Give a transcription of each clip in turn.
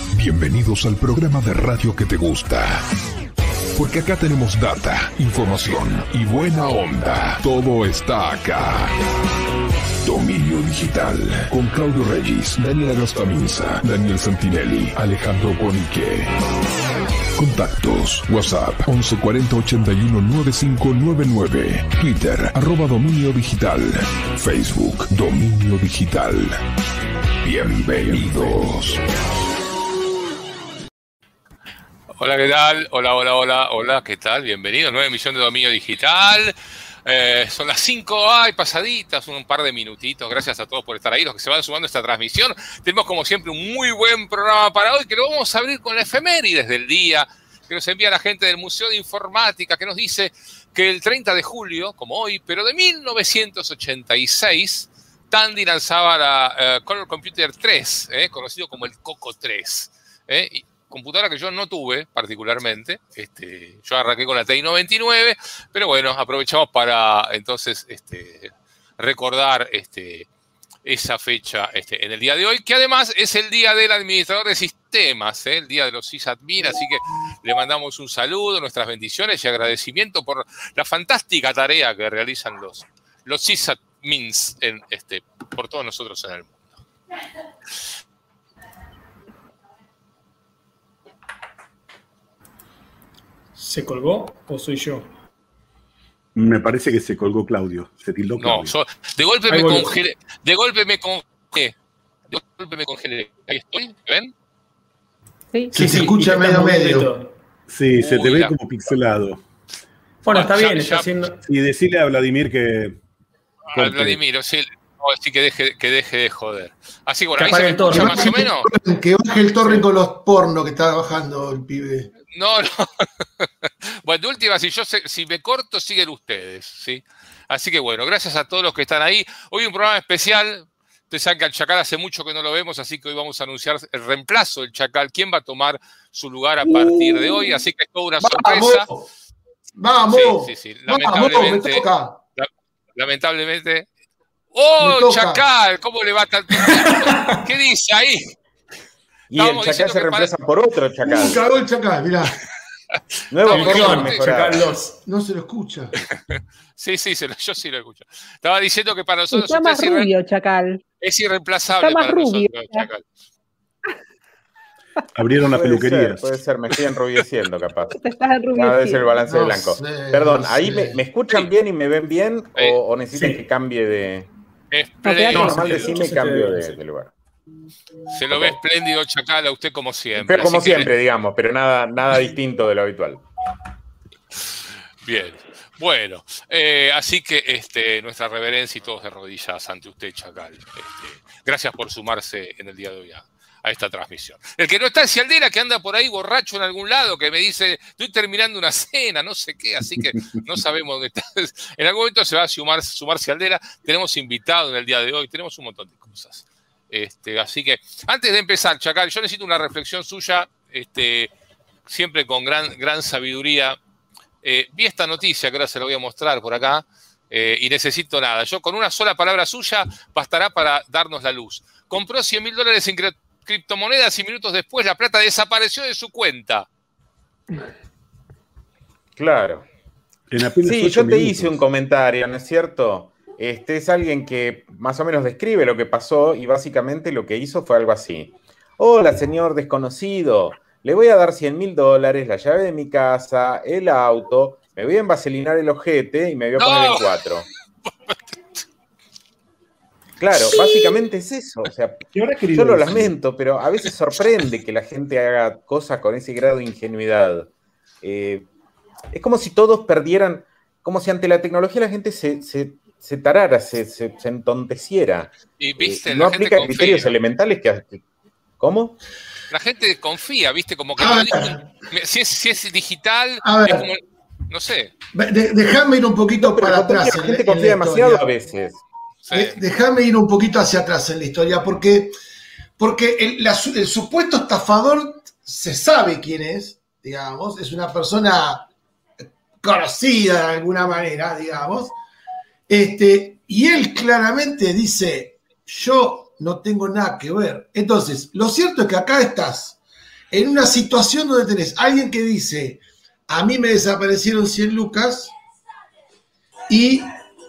Bienvenidos al programa de radio que te gusta. Porque acá tenemos data, información y buena onda. Todo está acá. Dominio Digital. Con Claudio Reyes, Daniela Gastaminza, Daniel Santinelli, Alejandro Bonique. Contactos. WhatsApp 11 40 81 9599. Twitter @Dominio Digital. Facebook Dominio Digital. Bienvenidos. Hola, ¿qué tal? Hola, ¿qué tal? Bienvenidos, 9 millones de Dominio Digital. Son las 5, pasaditas, un par de minutitos. Gracias a todos por estar ahí, los que se van sumando a esta transmisión. Tenemos, como siempre, un muy buen programa para hoy, que lo vamos a abrir con la efemérides del día, que nos envía la gente del Museo de Informática, que nos dice que el 30 de julio, como hoy, pero de 1986, Tandy lanzaba la Color Computer 3, conocido como el Coco 3. Computadora que yo no tuve particularmente, yo arranqué con la TI 99, pero bueno, aprovechamos para entonces recordar esa fecha en el día de hoy, que además es el día del administrador de sistemas, el día de los sysadmin, así que le mandamos un saludo, nuestras bendiciones y agradecimiento por la fantástica tarea que realizan los sysadmins por todos nosotros en el mundo. ¿Se colgó o soy yo? Me parece que se colgó Claudio. Se tildó Claudio. No, de golpe me congelé. De golpe me congelé. Ahí estoy, ¿ven? Sí, se escucha medio. Sí, se te ve como pixelado. Bueno, está bien, está haciendo... Y decirle a Vladimir que... A Vladimir, sí, que deje de joder. Así que bueno, ahí se me escucha más o menos. Que baje el torrent con los pornos que está bajando el pibe. No. Bueno, de última, si me corto, siguen ustedes, ¿sí? Así que bueno, gracias a todos los que están ahí. Hoy un programa especial. Ustedes saben que al Chacal hace mucho que no lo vemos, así que hoy vamos a anunciar el reemplazo del Chacal. ¿Quién va a tomar su lugar a partir de hoy? Así que es toda una sorpresa. ¡Vamos! Sí. Lamentablemente. Me toca. Lamentablemente. ¡Oh, Chacal! ¿Cómo le va tanto? ¿Qué dice ahí? Y el Chacal se reemplaza por otro Chacal. Cagó el Chacal, mirá. Nuevo Chacal 2. No se lo escucha. Sí, yo sí lo escucho. Estaba diciendo que para nosotros está más rubio, Chacal. Es irreemplazable está más para rubio, nosotros, Chacal. Abrieron la peluquería. Puede ser, me estoy enrubeciendo, capaz. Te estás enrubeciendo. Debe ser el balance de blanco. Perdón, no ¿ahí sé. me escuchan bien y me ven bien? ¿O necesitan que cambie de...? Normal decirme cambio de lugar. Se lo ve espléndido, Chacal, a usted como siempre. Pero como siempre, digamos, pero nada distinto de lo habitual. Bien. Bueno, así que nuestra reverencia y todos de rodillas ante usted, Chacal. Gracias por sumarse en el día de hoy a esta transmisión. El que no está es Cialdera, que anda por ahí borracho en algún lado, que me dice, estoy terminando una cena, no sé qué, así que no sabemos dónde está. En algún momento se va a sumar Cialdera. Tenemos invitado en el día de hoy, tenemos un montón de cosas. Así que, antes de empezar, Chacal, yo necesito una reflexión suya, siempre con gran sabiduría. Vi esta noticia que ahora se la voy a mostrar por acá, y necesito nada. Yo con una sola palabra suya bastará para darnos la luz. Compró $100.000 en criptomonedas y minutos después la plata desapareció de su cuenta. Claro. Sí, yo te hice un comentario, ¿no es cierto? Es alguien que más o menos describe lo que pasó y básicamente lo que hizo fue algo así. Hola, señor desconocido. Le voy a dar $100.000, la llave de mi casa, el auto, me voy a envaselinar el ojete y me voy a poner en 4. Claro, básicamente es eso. O sea, yo lo lamento, pero a veces sorprende que la gente haga cosas con ese grado de ingenuidad. Es como si todos perdieran, como si ante la tecnología la gente se tarara, se entonteciera. Y viste, no aplica criterios elementales que... ¿Cómo? La gente confía, ¿viste? Como que si es digital, es como, no sé. Déjame ir un poquito para atrás. La gente confía demasiado a veces. Sí. Déjame ir un poquito hacia atrás en la historia, porque el supuesto estafador se sabe quién es, digamos, es una persona conocida de alguna manera, digamos, y él claramente dice, yo no tengo nada que ver. Entonces, lo cierto es que acá estás en una situación donde tenés alguien que dice, a mí me desaparecieron 100 lucas, y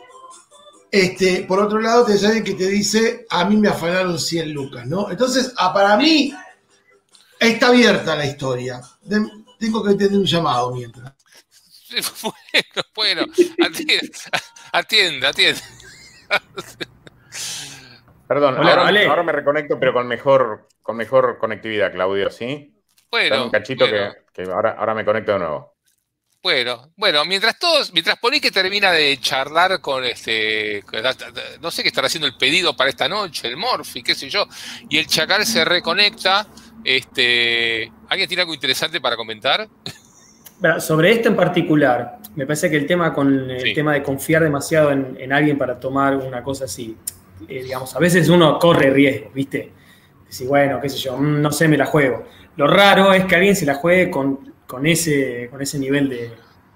por otro lado tenés alguien que te dice, a mí me afanaron 100 lucas, ¿no? Entonces, para mí, está abierta la historia. Tengo que tener un llamado mientras. Bueno, atienda. Perdón, ahora me reconecto, pero con mejor conectividad, Claudio, ¿sí? Bueno. Dame un cachito que ahora me conecto de nuevo. Bueno, mientras Ponique termina de charlar con no sé qué estará haciendo el pedido para esta noche, el Morphy, qué sé yo, y el Chacal se reconecta, ¿alguien tiene algo interesante para comentar? Sobre esto en particular, me parece que el tema tema de confiar demasiado en alguien para tomar una cosa así, digamos, a veces uno corre riesgo, ¿viste? Decir, bueno, qué sé yo, no sé, me la juego. Lo raro es que alguien se la juegue con ese nivel de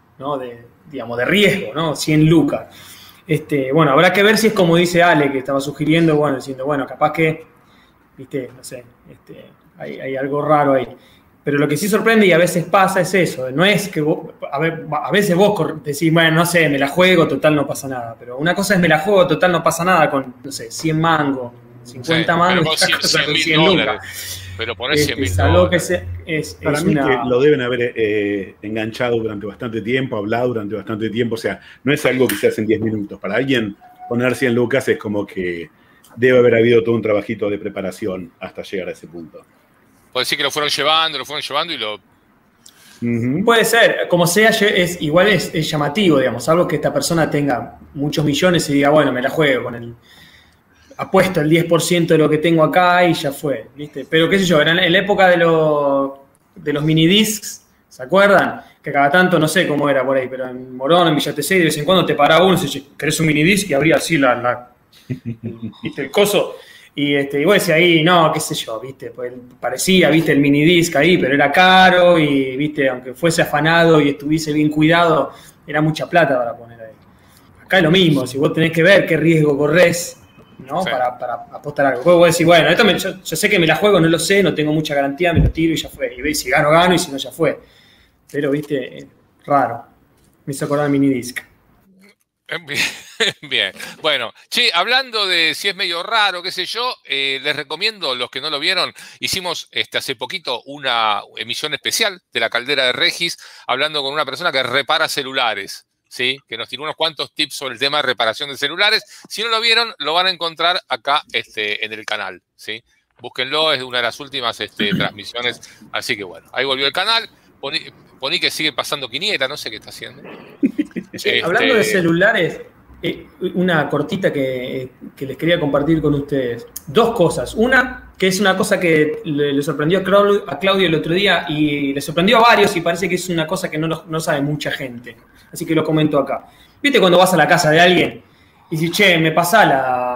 riesgo, ¿no? 100 lucas. Bueno, habrá que ver si es como dice Ale, que estaba sugiriendo, diciendo, capaz que, ¿viste? No sé, hay algo raro ahí. Pero lo que sí sorprende y a veces pasa es eso, no es que a veces vos decís, bueno, no sé, me la juego, total no pasa nada. Pero una cosa es me la juego, total no pasa nada con, no sé, 100 mangos, 50 mangos, con 100 lucas. Pero poner 100.000 dólares. Para mí que lo deben haber enganchado durante bastante tiempo, hablado durante bastante tiempo. O sea, no es algo que se hace en 10 minutos. Para alguien poner 100 lucas es como que debe haber habido todo un trabajito de preparación hasta llegar a ese punto. Puede decir que lo fueron llevando y lo... Puede ser, como sea, igual es llamativo, digamos, algo que esta persona tenga muchos millones y diga, bueno, me la juego con apuesto el 10% de lo que tengo acá y ya fue, ¿viste? Pero qué sé yo, en la época de los minidiscs, ¿se acuerdan? Que cada tanto, no sé cómo era por ahí, pero en Morón, en Villa T6, de vez en cuando te paraba uno y dice, ¿querés un minidisc? Y abría así ¿viste? El coso. Y vos decías ahí, no, qué sé yo, ¿viste? Pues parecía, ¿viste? El minidisc ahí, pero era caro y, ¿viste? Aunque fuese afanado y estuviese bien cuidado, era mucha plata para poner ahí. Acá es lo mismo, si vos tenés que ver qué riesgo corres, ¿no? Sí. Para apostar algo. Vos decís, bueno, yo sé que me la juego, no lo sé, no tengo mucha garantía, me lo tiro y ya fue. Y veis, si gano, y si no, ya fue. Pero, ¿viste? Raro. Me hizo acordar el minidisc. Bien, bueno, hablando de si es medio raro, qué sé yo, les recomiendo, los que no lo vieron, hicimos hace poquito una emisión especial de La Caldera de Regis, hablando con una persona que repara celulares, ¿sí? Que nos tiró unos cuantos tips sobre el tema de reparación de celulares. Si no lo vieron, lo van a encontrar acá en el canal, ¿sí? Búsquenlo, es una de las últimas transmisiones, así que bueno, ahí volvió el canal. Poní que sigue pasando quiniela, no sé qué está haciendo. Hablando de celulares, una cortita que les quería compartir con ustedes. Dos cosas. Una, que es una cosa que le sorprendió a Claudio el otro día y le sorprendió a varios y parece que es una cosa que no sabe mucha gente. Así que lo comento acá. ¿Viste cuando vas a la casa de alguien y dices, che, me pasa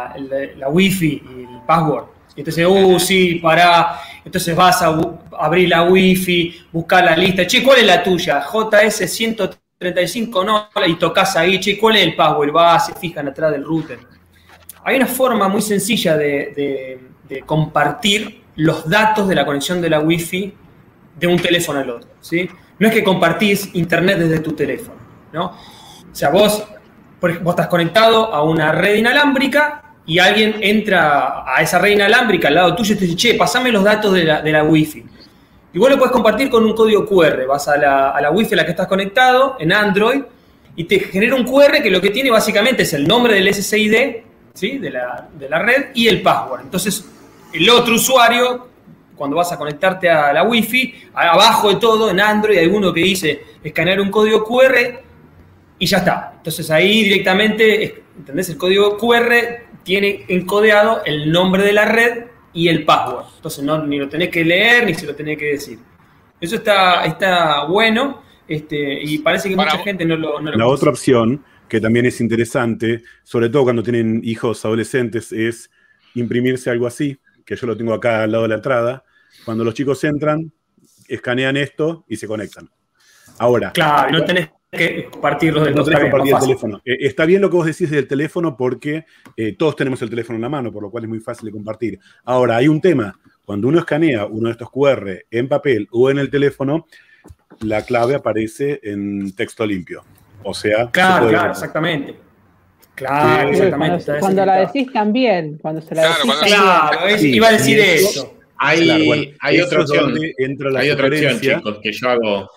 la wifi y el password? Y entonces, sí, pará. Entonces vas a abrir la wifi, buscar la lista. Che, ¿cuál es la tuya? JS 135, no, y tocas ahí, che, ¿cuál es el password? Se fijan atrás del router. Hay una forma muy sencilla de compartir los datos de la conexión de la wifi de un teléfono al otro, ¿sí? No es que compartís internet desde tu teléfono, ¿no? O sea, vos estás conectado a una red inalámbrica y alguien entra a esa red inalámbrica al lado tuyo y te dice, che, pasame los datos de la wifi. Y vos lo puedes compartir con un código QR. Vas a la wifi a la que estás conectado, en Android, y te genera un QR que lo que tiene básicamente es el nombre del SSID, ¿sí? de la red y el password. Entonces, el otro usuario, cuando vas a conectarte a la wifi, abajo de todo, en Android, hay uno que dice escanear un código QR y ya está. Entonces, ahí directamente, ¿entendés? El código QR tiene encodeado el nombre de la red y el password. Entonces ni lo tenés que leer ni se lo tenés que decir. Eso está bueno y parece que mucha gente no lo La otra opción, que también es interesante, sobre todo cuando tienen hijos adolescentes, es imprimirse algo así, que yo lo tengo acá al lado de la entrada. Cuando los chicos entran, escanean esto y se conectan. Ahora. Claro, no tenés que compartirlo del teléfono. Está bien lo que vos decís del teléfono porque todos tenemos el teléfono en la mano, por lo cual es muy fácil de compartir. Ahora, hay un tema. Cuando uno escanea uno de estos QR en papel o en el teléfono, la clave aparece en texto limpio. O sea... Claro, exactamente. Claro, exactamente. Cuando la decís también, cuando se la decís también. Iba a decir eso. Hay otra opción, chicos, que yo hago...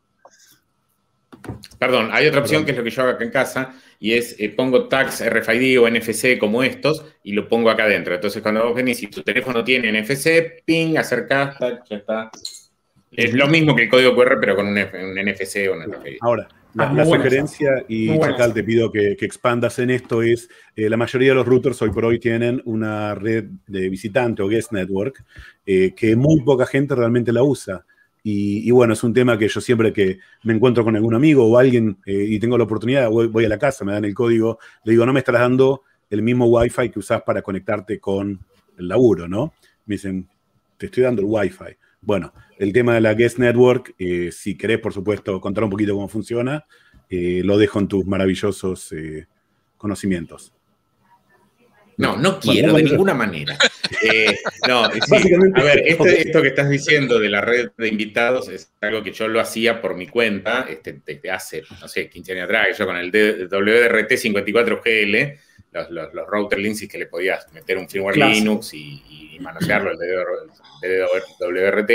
Perdón, hay otra opción que es lo que yo hago acá en casa, y es pongo tags RFID o NFC como estos y lo pongo acá adentro. Entonces, cuando vos venís y tu teléfono tiene NFC, ping, acercás, ya está. Es lo mismo que el código QR, pero con un NFC o un RFID. Ahora, la sugerencia, y Chacal, te pido que expandas en esto, es la mayoría de los routers hoy por hoy tienen una red de visitante o guest network que muy poca gente realmente la usa. Y bueno, es un tema que yo siempre que me encuentro con algún amigo o alguien y tengo la oportunidad, voy a la casa, me dan el código, le digo, no me estás dando el mismo Wi-Fi que usás para conectarte con el laburo, ¿no? Me dicen, te estoy dando el Wi-Fi. Bueno, el tema de la Guest Network, si querés, por supuesto, contar un poquito cómo funciona, lo dejo en tus maravillosos conocimientos. No quiero, de ninguna manera. A ver, esto que estás diciendo de la red de invitados es algo que yo lo hacía por mi cuenta desde hace, no sé, 15 años atrás, que yo con el WRT54GL, los router Linksys que le podías meter un firmware Linux y manosearlo, el WRT.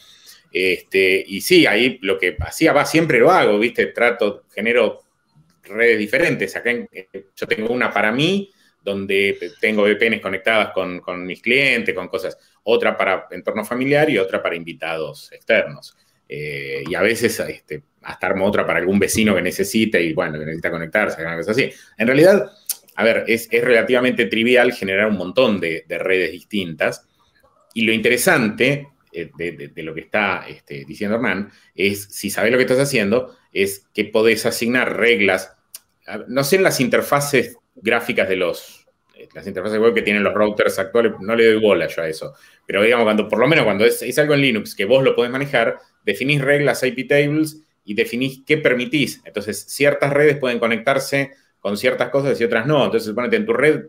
Y sí, ahí lo que hacía, siempre lo hago, ¿viste? Genero redes diferentes. Acá yo tengo una para mí, donde tengo VPNs conectadas con mis clientes, con cosas. Otra para entorno familiar y otra para invitados externos. Y a veces hasta armo otra para algún vecino que necesita y, bueno, que necesita conectarse, una cosa así. En realidad, a ver, es relativamente trivial generar un montón de redes distintas. Y lo interesante de lo que está diciendo Hernán es, si sabés lo que estás haciendo, es que podés asignar reglas. No sé en las interfaces gráficas de las interfaces web que tienen los routers actuales, no le doy bola yo a eso. Pero digamos, por lo menos cuando es algo en Linux que vos lo podés manejar, definís reglas IP tables y definís qué permitís. Entonces, ciertas redes pueden conectarse con ciertas cosas y otras no. Entonces, suponete en tu red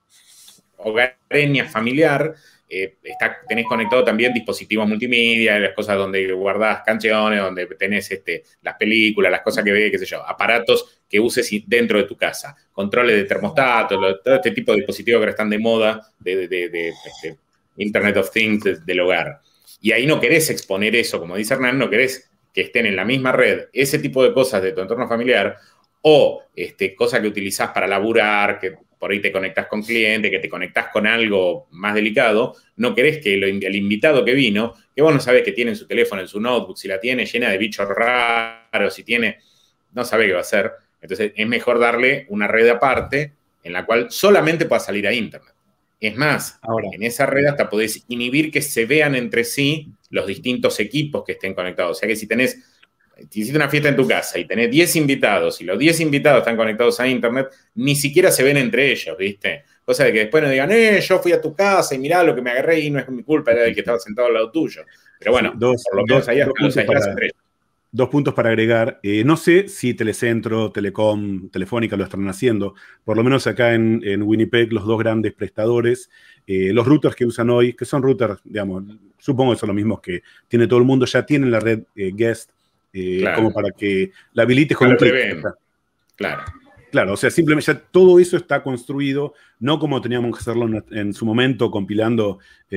hogareña familiar, tenés conectado también dispositivos multimedia, las cosas donde guardás canciones, donde tenés las películas, las cosas que ves, qué sé yo, aparatos que uses dentro de tu casa, controles de termostato, todo este tipo de dispositivos que ahora están de moda, de Internet of Things del hogar. Y ahí no querés exponer eso, como dice Hernán, no querés que estén en la misma red ese tipo de cosas de tu entorno familiar o cosas que utilizás para laburar, que por ahí te conectás con clientes, que te conectás con algo más delicado, no querés que el invitado que vino, que vos no sabés que tiene en su teléfono, en su notebook, si la tiene llena de bichos raros, si tiene, no sabe qué va a hacer. Entonces es mejor darle una red aparte en la cual solamente pueda salir a Internet. Es más, ahora, en esa red hasta podés inhibir que se vean entre sí los distintos equipos que estén conectados. O sea que si hiciste una fiesta en tu casa y tenés 10 invitados y los 10 invitados están conectados a Internet, ni siquiera se ven entre ellos, ¿viste? Cosa de que después no digan, yo fui a tu casa y mirá lo que me agarré y no es mi culpa, era el que estaba sentado al lado tuyo. Pero bueno, por lo menos ahí hasta los aislás entre ellos. 2 puntos para agregar. No sé si Telecentro, Telecom, Telefónica lo están haciendo. Por lo menos acá en Winnipeg, los 2 grandes prestadores, los routers que usan hoy, que son routers, digamos, supongo que son los mismos que tiene todo el mundo, ya tienen la red Guest, claro, como para que la habilites con un clic. Claro, o sea, simplemente ya todo eso está construido, no como teníamos que hacerlo en su momento compilando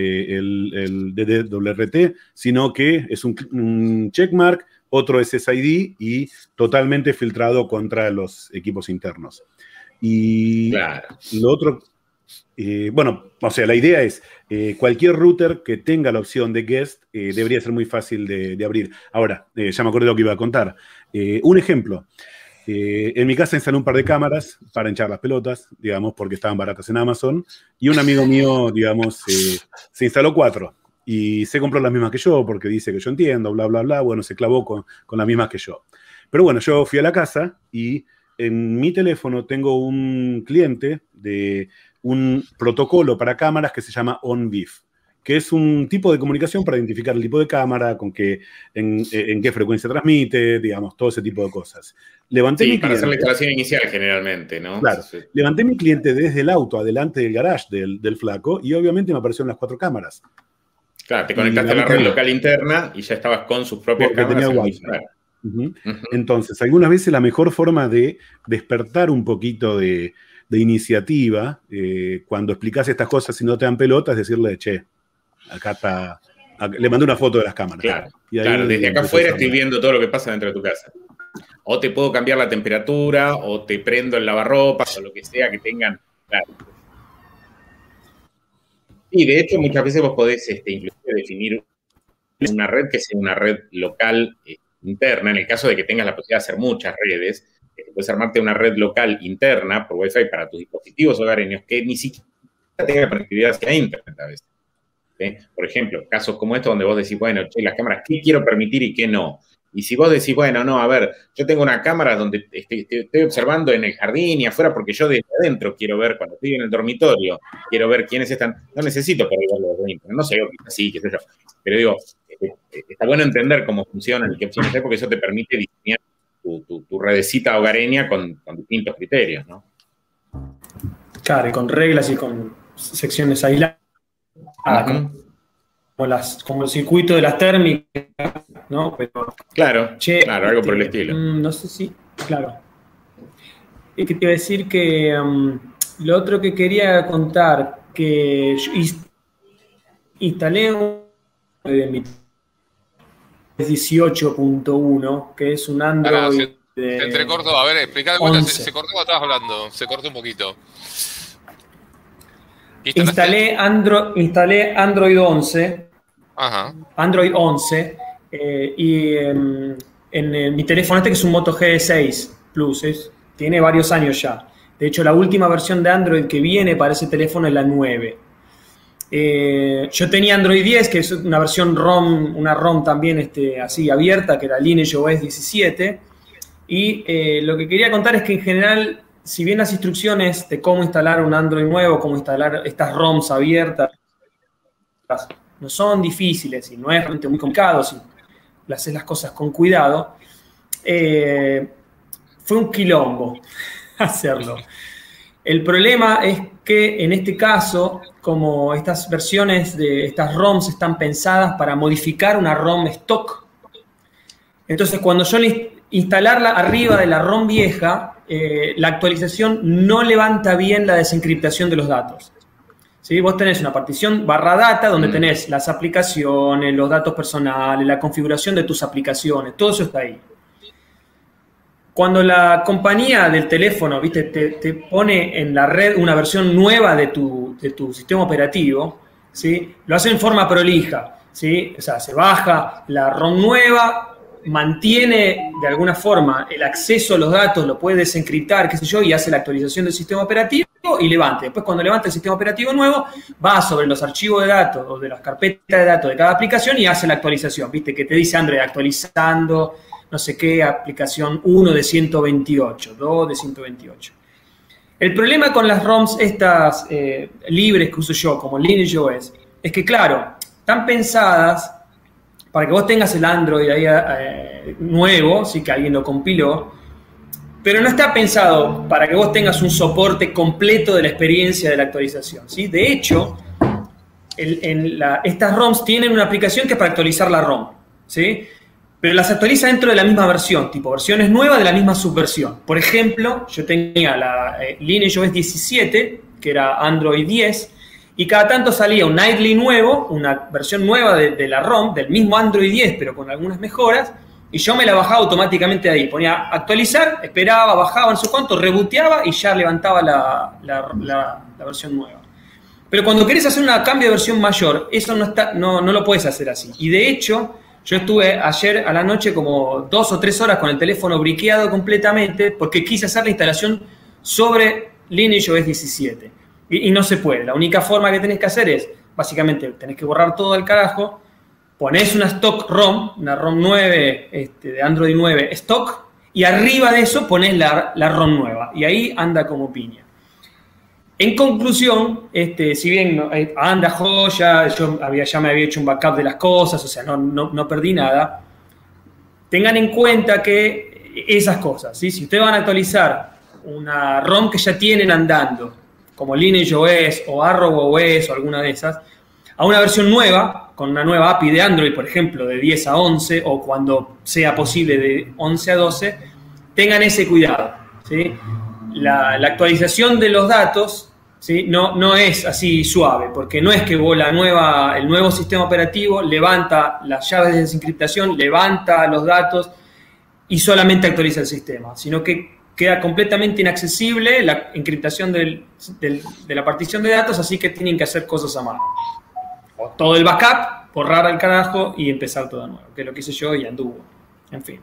el DWRT, sino que es un checkmark, otro SSID y totalmente filtrado contra los equipos internos. Y lo otro, bueno, o sea, la idea es cualquier router que tenga la opción de guest debería ser muy fácil de abrir. Ahora, ya me acordé de lo que iba a contar. Un ejemplo. En mi casa instalé un par de cámaras para hinchar las pelotas, digamos, porque estaban baratas en Amazon. Y un amigo mío, digamos, se instaló 4. Y se compró las mismas que yo, porque dice que yo entiendo, bla, bla, bla. Bueno, se clavó con las mismas que yo. Pero bueno, yo fui a la casa y en mi teléfono tengo un cliente de un protocolo para cámaras que se llama OnVIF, que es un tipo de comunicación para identificar el tipo de cámara, en qué frecuencia transmite, digamos, todo ese tipo de cosas. Levanté mi cliente, para hacer la instalación inicial generalmente, ¿no? Claro. Sí. Levanté mi cliente desde el auto, adelante del garage del flaco, y obviamente me aparecieron las 4 cámaras. Claro, te conectaste a la red local interna y ya estabas con sus propias cámaras. Entonces, algunas veces la mejor forma de despertar un poquito de iniciativa, cuando explicas estas cosas y no te dan pelota, es decirle, che, acá está, le mandé una foto de las cámaras. Claro, claro, desde acá afuera estoy viendo todo lo que pasa dentro de tu casa. O te puedo cambiar la temperatura, o te prendo el lavarropas, o lo que sea que tengan. Claro. Y de hecho, muchas veces vos podés inclusive definir una red que sea una red local interna, en el caso de que tengas la posibilidad de hacer muchas redes. Puedes armarte una red local interna por Wi-Fi para tus dispositivos hogareños que ni siquiera tenga conectividad hacia Internet a veces. ¿Sí? Por ejemplo, casos como estos donde vos decís, bueno, che, las cámaras, ¿qué quiero permitir y qué no? Y si vos decís, bueno, no, a ver, yo tengo una cámara donde estoy observando en el jardín y afuera porque yo desde adentro quiero ver, cuando estoy en el dormitorio, quiero ver quiénes están, no necesito poder verlo desde Internet, no sé, sí, qué sé yo. Pero digo, está bueno entender cómo funcionan y qué opciones hay porque eso te permite diseñar tu redecita hogareña con distintos criterios, ¿no? Claro, y con reglas y con secciones aisladas, como el circuito de las térmicas, ¿no? Pero, claro, algo por el estilo. No sé si, claro. Y que te iba a decir que lo otro que quería contar, que yo instalé un 18.1, que es un Android. Se entrecortó, a ver, explica de vuelta, se cortó cuando estabas hablando, se cortó un poquito. Instalé Android 11. Ajá. Android 11. Y en mi teléfono que es un Moto G6 Plus, tiene varios años ya. De hecho, la última versión de Android que viene para ese teléfono es la 9. Yo tenía Android 10, que es una versión ROM, una ROM también así abierta, que era LineageOS 17. Y lo que quería contar es que en general, si bien las instrucciones de cómo instalar un Android nuevo, cómo instalar estas ROMs abiertas, no son difíciles y no es realmente muy complicado si haces las cosas con cuidado, fue un quilombo hacerlo. El problema es que en este caso, como estas versiones de estas ROMs están pensadas para modificar una ROM stock, entonces cuando yo instalarla arriba de la ROM vieja, la actualización no levanta bien la desencriptación de los datos. ¿Sí? Vos tenés una partición /data donde tenés las aplicaciones, los datos personales, la configuración de tus aplicaciones, todo eso está ahí. Cuando la compañía del teléfono, ¿viste? te pone en la red una versión nueva de tu sistema operativo, ¿sí? Lo hace en forma prolija, ¿sí? O sea, se baja la ROM nueva, mantiene de alguna forma el acceso a los datos, lo puede desencriptar, qué sé yo, y hace la actualización del sistema operativo y levante. Después, cuando levanta el sistema operativo nuevo, va sobre los archivos de datos o de las carpetas de datos de cada aplicación y hace la actualización. ¿Viste? Que te dice Android actualizando no sé qué, aplicación 1 de 128, 2 de 128. El problema con las ROMs estas libres que uso yo, como LineageOS, es que, claro, están pensadas para que vos tengas el Android ahí nuevo, sí que alguien lo compiló, pero no está pensado para que vos tengas un soporte completo de la experiencia de la actualización, ¿sí? De hecho, estas ROMs tienen una aplicación que es para actualizar la ROM, ¿sí? Pero las actualiza dentro de la misma versión, tipo versiones nuevas de la misma subversión. Por ejemplo, yo tenía la LineageOS 17, que era Android 10, y cada tanto salía un Nightly nuevo, una versión nueva de la ROM, del mismo Android 10, pero con algunas mejoras, y yo me la bajaba automáticamente de ahí. Ponía actualizar, esperaba, bajaba, no sé cuánto, reboteaba y ya levantaba la versión nueva. Pero cuando querés hacer un cambio de versión mayor, eso no lo puedes hacer así. Y de hecho, yo estuve ayer a la noche como 2 o 3 horas con el teléfono briqueado completamente porque quise hacer la instalación sobre LineageOS 17. Y no se puede. La única forma que tenés que hacer es, básicamente, tenés que borrar todo al carajo, ponés una stock ROM, una ROM 9 de Android 9 stock, y arriba de eso ponés la ROM nueva. Y ahí anda como piña. En conclusión, si bien anda joya, yo ya me había hecho un backup de las cosas, o sea, no perdí nada, tengan en cuenta que esas cosas, ¿sí? Si ustedes van a actualizar una ROM que ya tienen andando, como LineageOS o ArrowOS o alguna de esas, a una versión nueva, con una nueva API de Android, por ejemplo, de 10 a 11, o cuando sea posible de 11 a 12, tengan ese cuidado, ¿sí? La actualización de los datos, ¿sí? No es así suave, porque no es que vos el nuevo sistema operativo levanta las llaves de desencriptación, levanta los datos y solamente actualiza el sistema, sino que queda completamente inaccesible la encriptación de la partición de datos, así que tienen que hacer cosas a mano. O todo el backup, borrar al carajo y empezar todo de nuevo, que es lo que hice yo y anduvo. En fin.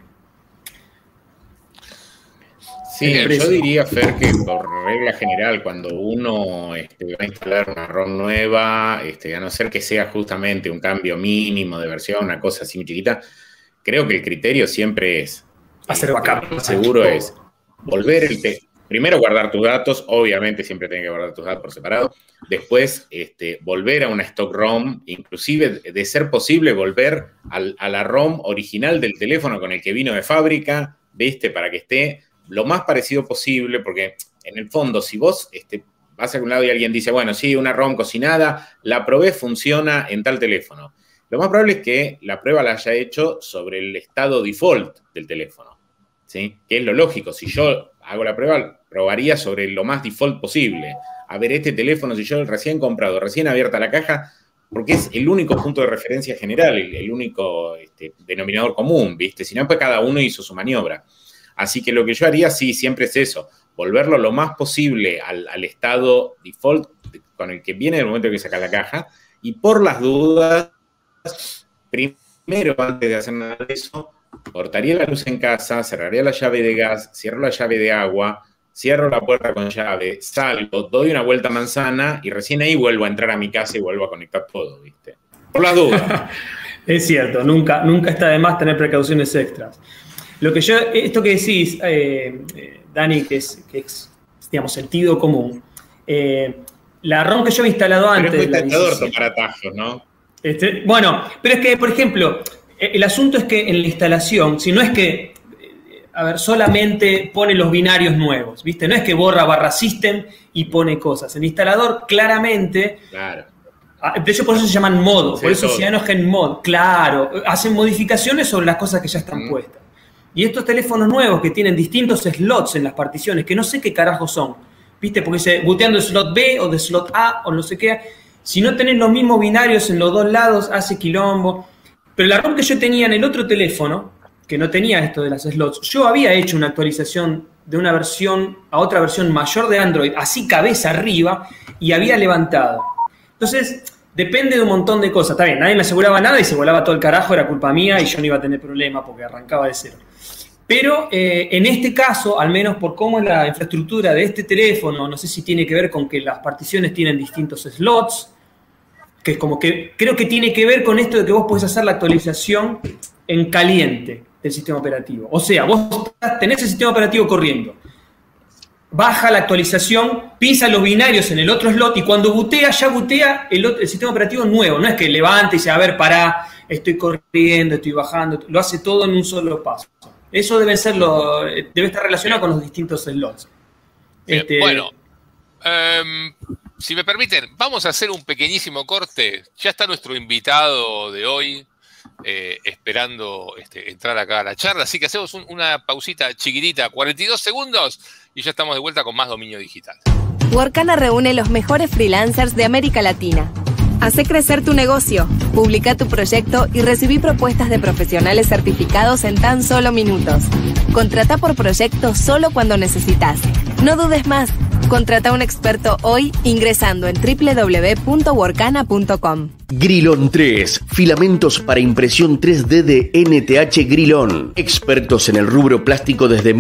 Sí, yo diría, Fer, que por regla general, cuando uno va a instalar una ROM nueva, a no ser que sea justamente un cambio mínimo de versión, una cosa así muy chiquita, creo que el criterio siempre es hacer backup. Seguro es volver primero guardar tus datos, obviamente siempre tenés que guardar tus datos por separado, después volver a una stock ROM, inclusive de ser posible volver a la ROM original del teléfono con el que vino de fábrica, ¿viste? Para que esté lo más parecido posible, porque en el fondo, si vos vas a algún lado y alguien dice, bueno, sí, una ROM cocinada, la probé, funciona en tal teléfono. Lo más probable es que la prueba la haya hecho sobre el estado default del teléfono, ¿sí? Que es lo lógico. Si yo hago la prueba, probaría sobre lo más default posible. A ver, este teléfono, si yo recién comprado, recién abierta la caja, porque es el único punto de referencia general, el único denominador común, ¿viste? Si no, pues cada uno hizo su maniobra. Así que lo que yo haría, sí, siempre es eso, volverlo lo más posible al estado default con el que viene en el momento que saca la caja, y por las dudas, primero, antes de hacer nada de eso, cortaría la luz en casa, cerraría la llave de gas, cierro la llave de agua, cierro la puerta con llave, salgo, doy una vuelta a manzana y recién ahí vuelvo a entrar a mi casa y vuelvo a conectar todo, ¿viste? Por las dudas. Es cierto, nunca está de más tener precauciones extras. Lo que esto que decís, Dani, que es digamos, sentido común. La ROM que yo he instalado antes. Pero es muy tentador tomar atajos, ¿no? Bueno, pero es que, por ejemplo, el asunto es que en la instalación, si no es que, solamente pone los binarios nuevos, ¿viste? No es que borra /system y pone cosas. El instalador claramente. Claro. De hecho, por eso se llaman modos, Sí, por eso CyanogenMod, claro, hacen modificaciones sobre las cosas que ya están puestas. Y estos teléfonos nuevos que tienen distintos slots en las particiones, que no sé qué carajos son, ¿viste? Porque dice booteando de slot B o de slot A o no sé qué. Si no tenés los mismos binarios en los dos lados, hace quilombo. Pero la ROM que yo tenía en el otro teléfono, que no tenía esto de las slots, yo había hecho una actualización de una versión a otra versión mayor de Android, así cabeza arriba, y había levantado. Entonces, depende de un montón de cosas. Está bien, nadie me aseguraba nada y se volaba todo el carajo, era culpa mía y yo no iba a tener problema porque arrancaba de cero. Pero en este caso, al menos por cómo es la infraestructura de este teléfono, no sé si tiene que ver con que las particiones tienen distintos slots, que es como que creo que tiene que ver con esto de que vos podés hacer la actualización en caliente del sistema operativo. O sea, vos tenés el sistema operativo corriendo, baja la actualización, pisa los binarios en el otro slot y cuando bootea, ya bootea el sistema operativo nuevo. No es que levante y dice, a ver, pará, estoy corriendo, estoy bajando. Lo hace todo en un solo paso. Eso debe estar relacionado con los distintos slots. Bueno, si me permiten, vamos a hacer un pequeñísimo corte. Ya está nuestro invitado de hoy esperando entrar acá a la charla, así que hacemos una pausita chiquitita, 42 segundos, y ya estamos de vuelta con más Dominio Digital. Workana reúne los mejores freelancers de América Latina. Hacé crecer tu negocio, publica tu proyecto y recibí propuestas de profesionales certificados en tan solo minutos. Contrata por proyecto solo cuando necesitas. No dudes más. Contrata a un experto hoy ingresando en www.workana.com. Grilon 3, filamentos para impresión 3D de NTH Grilon. Expertos en el rubro plástico desde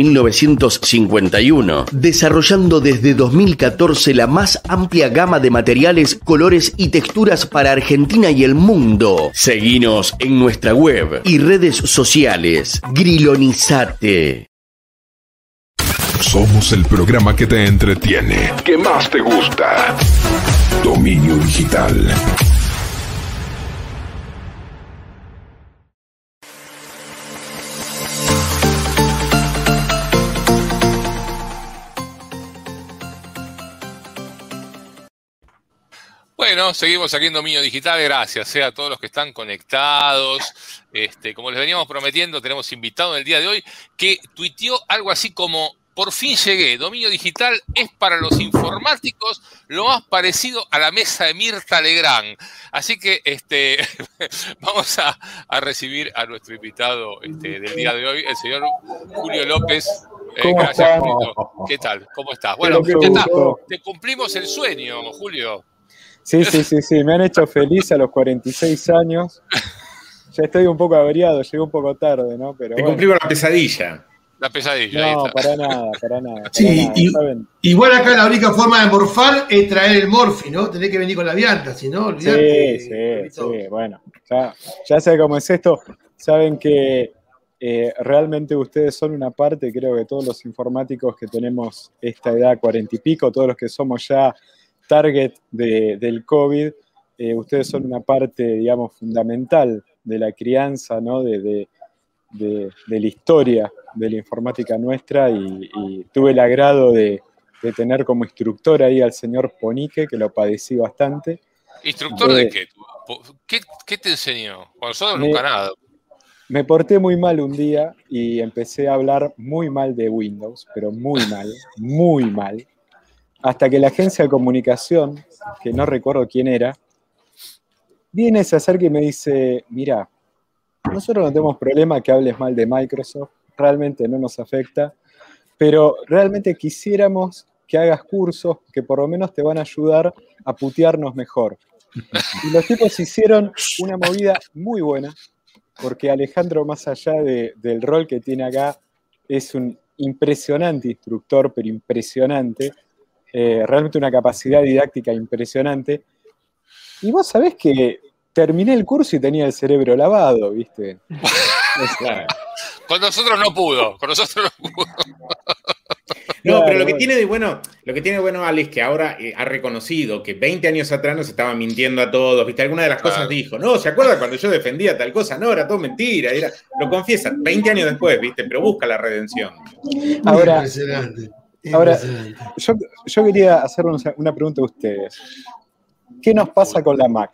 1951. Desarrollando desde 2014 la más amplia gama de materiales, colores y texturas para Argentina y el mundo. Seguinos en nuestra web y redes sociales. Grilonizate. Somos el programa que te entretiene, que más te gusta. Dominio Digital. Bueno, seguimos aquí en Dominio Digital. Gracias a todos los que están conectados. Como les veníamos prometiendo, tenemos invitado en el día de hoy que tuiteó algo así como: por fin llegué. Dominio Digital es para los informáticos lo más parecido a la mesa de Mirta Legrand. Así que vamos a recibir a nuestro invitado del día de hoy, el señor Julio López. Gracias, Julio. ¿Qué tal? ¿Cómo estás? Bueno, ya está. Te cumplimos el sueño, Julio. Sí, me han hecho feliz a los 46 años. Ya estoy un poco averiado, llegué un poco tarde, ¿no? Pero te cumplimos la pesadilla. La pesadilla. No, para nada. Sí, igual acá la única forma de morfar es traer el morfi, ¿no? Tenés que venir con la vianda, si no, olvidate. Sí, bueno. Ya sé cómo es esto. Saben que realmente ustedes son una parte, creo que todos los informáticos que tenemos esta edad, 40 y pico, todos los que somos ya target del COVID, ustedes son una parte, digamos, fundamental de la crianza, ¿no? De la historia de la informática nuestra, y tuve el agrado de tener como instructor ahí al señor Ponique, que lo padecí bastante. ¿Instructor de qué? ¿Qué te enseñó? Con nosotros nunca nada. Me porté muy mal un día y empecé a hablar muy mal de Windows, pero muy mal, hasta que la agencia de comunicación, que no recuerdo quién era, viene, se acerca y me dice: mira, nosotros no tenemos problema que hables mal de Microsoft, realmente no nos afecta, pero realmente quisiéramos que hagas cursos que por lo menos te van a ayudar a putearnos mejor. Y los tipos hicieron una movida muy buena, porque Alejandro, más allá del rol que tiene acá, es un impresionante instructor, pero impresionante, realmente una capacidad didáctica impresionante. Y vos sabés que terminé el curso y tenía el cerebro lavado, ¿viste? Con nosotros no pudo. No, claro, pero lo que tiene de bueno, Ale, es que ahora ha reconocido que 20 años atrás nos estaban mintiendo a todos, ¿viste? Alguna de las cosas dijo: no, ¿se acuerda cuando yo defendía tal cosa? No, era todo mentira. Lo confiesa 20 años después, ¿viste? Pero busca la redención. Ahora, yo quería hacer una pregunta a ustedes. ¿Qué nos pasa con la Mac?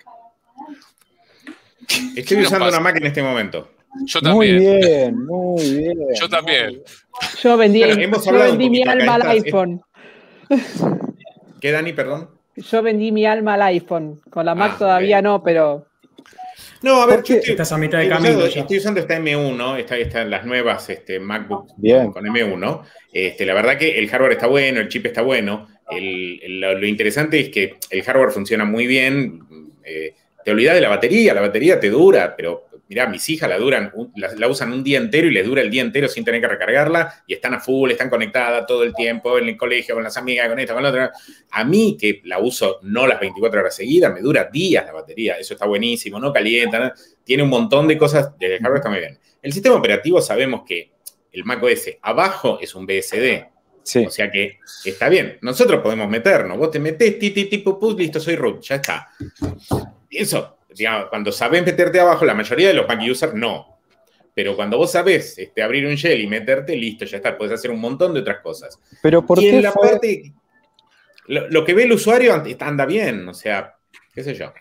Estoy usando una Mac en este momento. Yo también. Muy bien. Yo también. Yo vendí mi alma al iPhone. ¿Qué, Dani, perdón? Yo vendí mi alma al iPhone. Con la Mac todavía no, pero... No, a ver, estás a mitad de camino. Estoy usando esta M1, están las nuevas MacBook con M1. La verdad que el hardware está bueno, el chip está bueno. Lo interesante es que el hardware funciona muy bien. Te olvidas de la batería te dura, pero mirá, mis hijas la usan un día entero y les dura el día entero sin tener que recargarla, y están a full, están conectadas todo el tiempo en el colegio, con las amigas, con esta, con la otra. A mí, que la uso no las 24 horas seguidas, me dura días la batería. Eso está buenísimo, no calienta, ¿no? Tiene un montón de cosas, el hardware está muy bien. El sistema operativo, sabemos que el macOS abajo es un BSD. Sí. O sea que está bien. Nosotros podemos meternos. Vos te metés, listo, soy root, ya está. Eso, digamos, cuando sabés meterte abajo, la mayoría de los Mac users no. Pero cuando vos sabés abrir un shell y meterte, listo, ya está. Podés hacer un montón de otras cosas. Pero ¿por qué en la parte... Lo que ve el usuario anda bien, o sea, qué sé yo.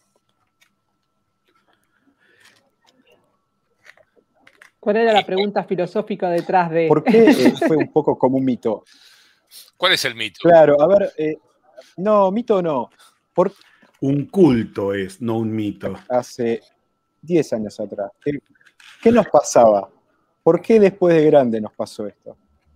¿Cuál era la pregunta filosófica detrás de...? ¿Por qué fue un poco como un mito? ¿Cuál es el mito? Claro, a ver, no, mito no. Un culto es, no un mito. Hace 10 años atrás. ¿Qué nos pasaba? ¿Por qué después de grande nos pasó esto?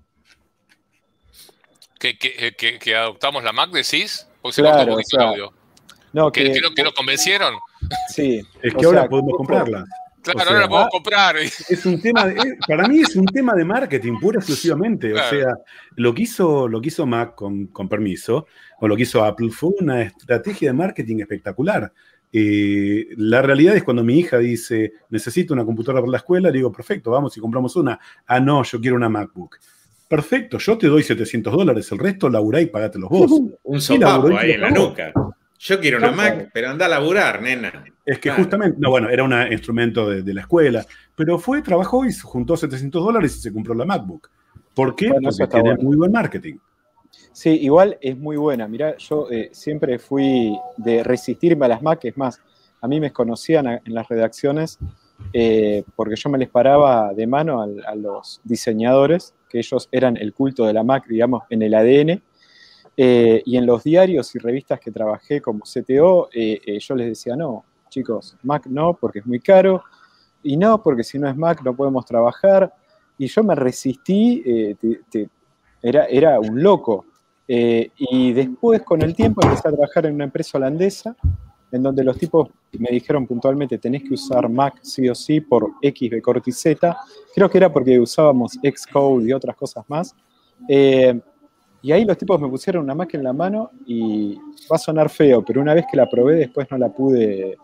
¿Que adoptamos la Mac, decís? Porque claro, se cortó un poquito el audio. No, ¿Que nos convencieron? Sí. Es que ahora podemos comprarla. Claro, ahora la podemos comprar. Es un tema para mí es un tema de marketing, pura y exclusivamente. Claro. O sea, lo que hizo Mac con permiso, o lo que hizo Apple, fue una estrategia de marketing espectacular. La realidad es cuando mi hija dice, necesito una computadora para la escuela, le digo, perfecto, vamos y compramos una. Ah, no, yo quiero una MacBook. Perfecto, yo te doy $700, el resto laburá y pagatelos vos. Un sopapo ahí en la nuca. Yo quiero una Mac, pero anda a laburar, nena. Es que justamente, no, bueno, era un instrumento de la escuela, pero trabajó y juntó $700 y se compró la MacBook. ¿Por qué? Bueno, porque tiene muy buen marketing. Sí, igual es muy buena. Mirá, yo siempre fui de resistirme a las Mac. Es más, a mí me conocían en las redacciones porque yo me les paraba de mano a los diseñadores, que ellos eran el culto de la Mac, digamos, en el ADN. Y en los diarios y revistas que trabajé como CTO, yo les decía, no, chicos, Mac no, porque es muy caro. Y no, porque si no es Mac no podemos trabajar. Y yo me resistí, era un loco. Y después, con el tiempo, empecé a trabajar en una empresa holandesa, en donde los tipos me dijeron puntualmente, tenés que usar Mac sí o sí por X de corte y Z. Creo que era porque usábamos Xcode y otras cosas más. Y ahí los tipos me pusieron una Mac en la mano y va a sonar feo, pero una vez que la probé, después no la pude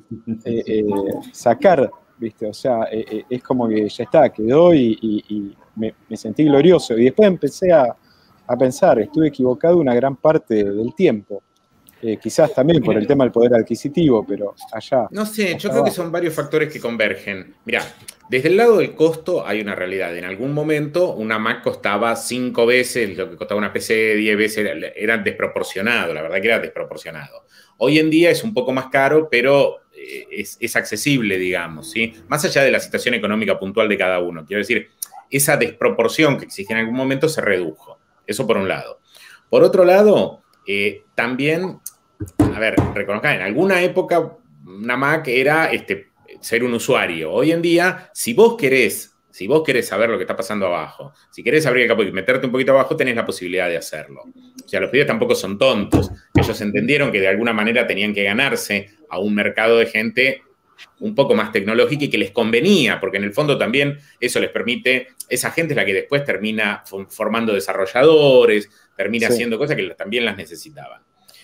sacar, ¿viste? O sea, es como que ya está, quedó y me sentí glorioso. Y después empecé a pensar, estuve equivocado una gran parte del tiempo. Quizás también por el tema del poder adquisitivo, pero allá. No sé, yo creo que son varios factores que convergen. Mirá, desde el lado del costo hay una realidad. En algún momento una Mac costaba 5 veces lo que costaba una PC, 10 veces, era desproporcionado, la verdad que era desproporcionado. Hoy en día es un poco más caro, pero es accesible, digamos, ¿sí? Más allá de la situación económica puntual de cada uno. Quiero decir, esa desproporción que existía en algún momento se redujo. Eso por un lado. Por otro lado, también, a ver, reconozcan, en alguna época una Mac era ser un usuario. Hoy en día, si vos querés saber lo que está pasando abajo, si querés abrir el capó y meterte un poquito abajo, tenés la posibilidad de hacerlo. O sea, los pibes tampoco son tontos. Ellos entendieron que de alguna manera tenían que ganarse a un mercado de gente un poco más tecnológica y que les convenía, porque en el fondo también eso les permite, esa gente es la que después termina formando desarrolladores, termina haciendo cosas que también las necesitaban.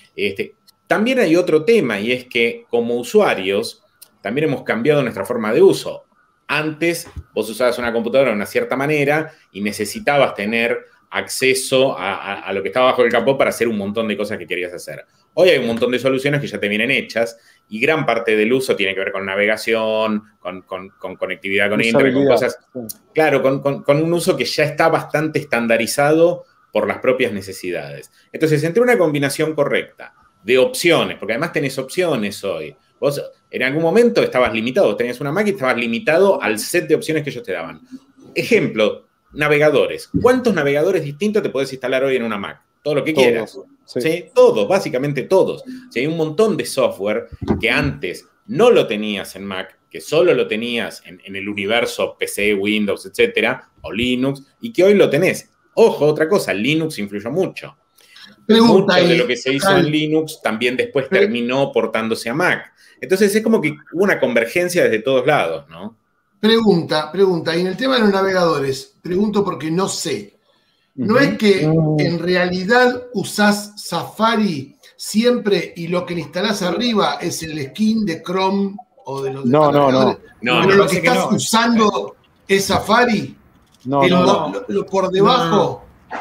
También hay otro tema, y es que como usuarios también hemos cambiado nuestra forma de uso. Antes vos usabas una computadora de una cierta manera y necesitabas tener acceso a lo que estaba bajo el capó para hacer un montón de cosas que querías hacer. Hoy hay un montón de soluciones que ya te vienen hechas y gran parte del uso tiene que ver con navegación, con conectividad con internet, con cosas. Claro, con un uso que ya está bastante estandarizado por las propias necesidades. Entonces, entre una combinación correcta de opciones, porque además tenés opciones hoy. Vos en algún momento estabas limitado, tenías una Mac y estabas limitado al set de opciones que ellos te daban. Ejemplo, navegadores. ¿Cuántos navegadores distintos te podés instalar hoy en una Mac? Todo lo que quieras. ¿Sí? Todos, básicamente todos. Si hay un montón de software que antes no lo tenías en Mac, que solo lo tenías en el universo PC, Windows, etcétera, o Linux, y que hoy lo tenés. Ojo, otra cosa, Linux influyó mucho. Mucho de lo que se hizo en Linux también después terminó portándose a Mac. Entonces es como que hubo una convergencia desde todos lados, ¿no? Pregunta, y en el tema de los navegadores, pregunto porque no sé. ¿No es que en realidad usás Safari siempre y lo que le instalás arriba es el skin de Chrome o de los navegadores? No, lo que estás usando es Safari. Lo por debajo.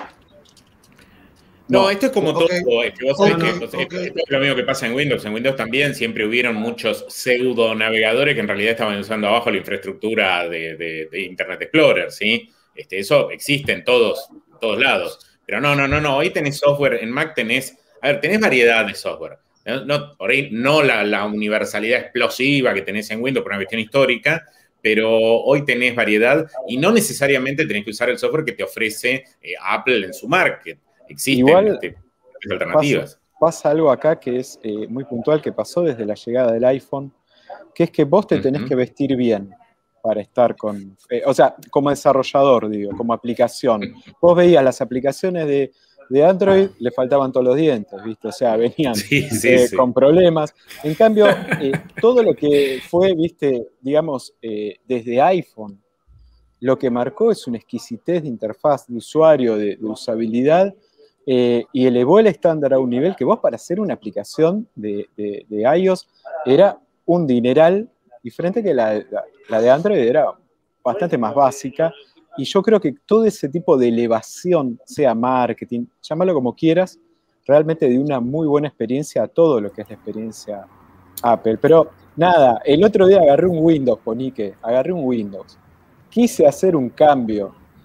No, esto es como todo. Es que vos sabés esto es lo mismo que pasa en Windows. En Windows también siempre hubieron muchos pseudo navegadores que en realidad estaban usando abajo la infraestructura de Internet Explorer, ¿sí? Eso existe en todos lados. Pero no. Hoy tenés software, en Mac tenés variedad de software. Por ahí no la universalidad explosiva que tenés en Windows por una cuestión histórica, pero hoy tenés variedad y no necesariamente tenés que usar el software que te ofrece Apple en su market. Existen alternativas. Pasa algo acá que es muy puntual, que pasó desde la llegada del iPhone, que es que vos te tenés que vestir bien para estar con... o sea, como desarrollador, digo, como aplicación. Vos veías las aplicaciones de Android, le faltaban todos los dientes, ¿viste? O sea, venían con problemas. En cambio, todo lo que fue, ¿viste? Digamos, desde iPhone, lo que marcó es una exquisitez de interfaz de usuario, de usabilidad, y elevó el estándar a un nivel que vos para hacer una aplicación de iOS era un dineral, diferente que la de Android era bastante más básica, y yo creo que todo ese tipo de elevación, sea marketing, llámalo como quieras, realmente dio una muy buena experiencia a todo lo que es la experiencia Apple. Pero nada, el otro día agarré un Windows, Ponique, quise hacer un cambio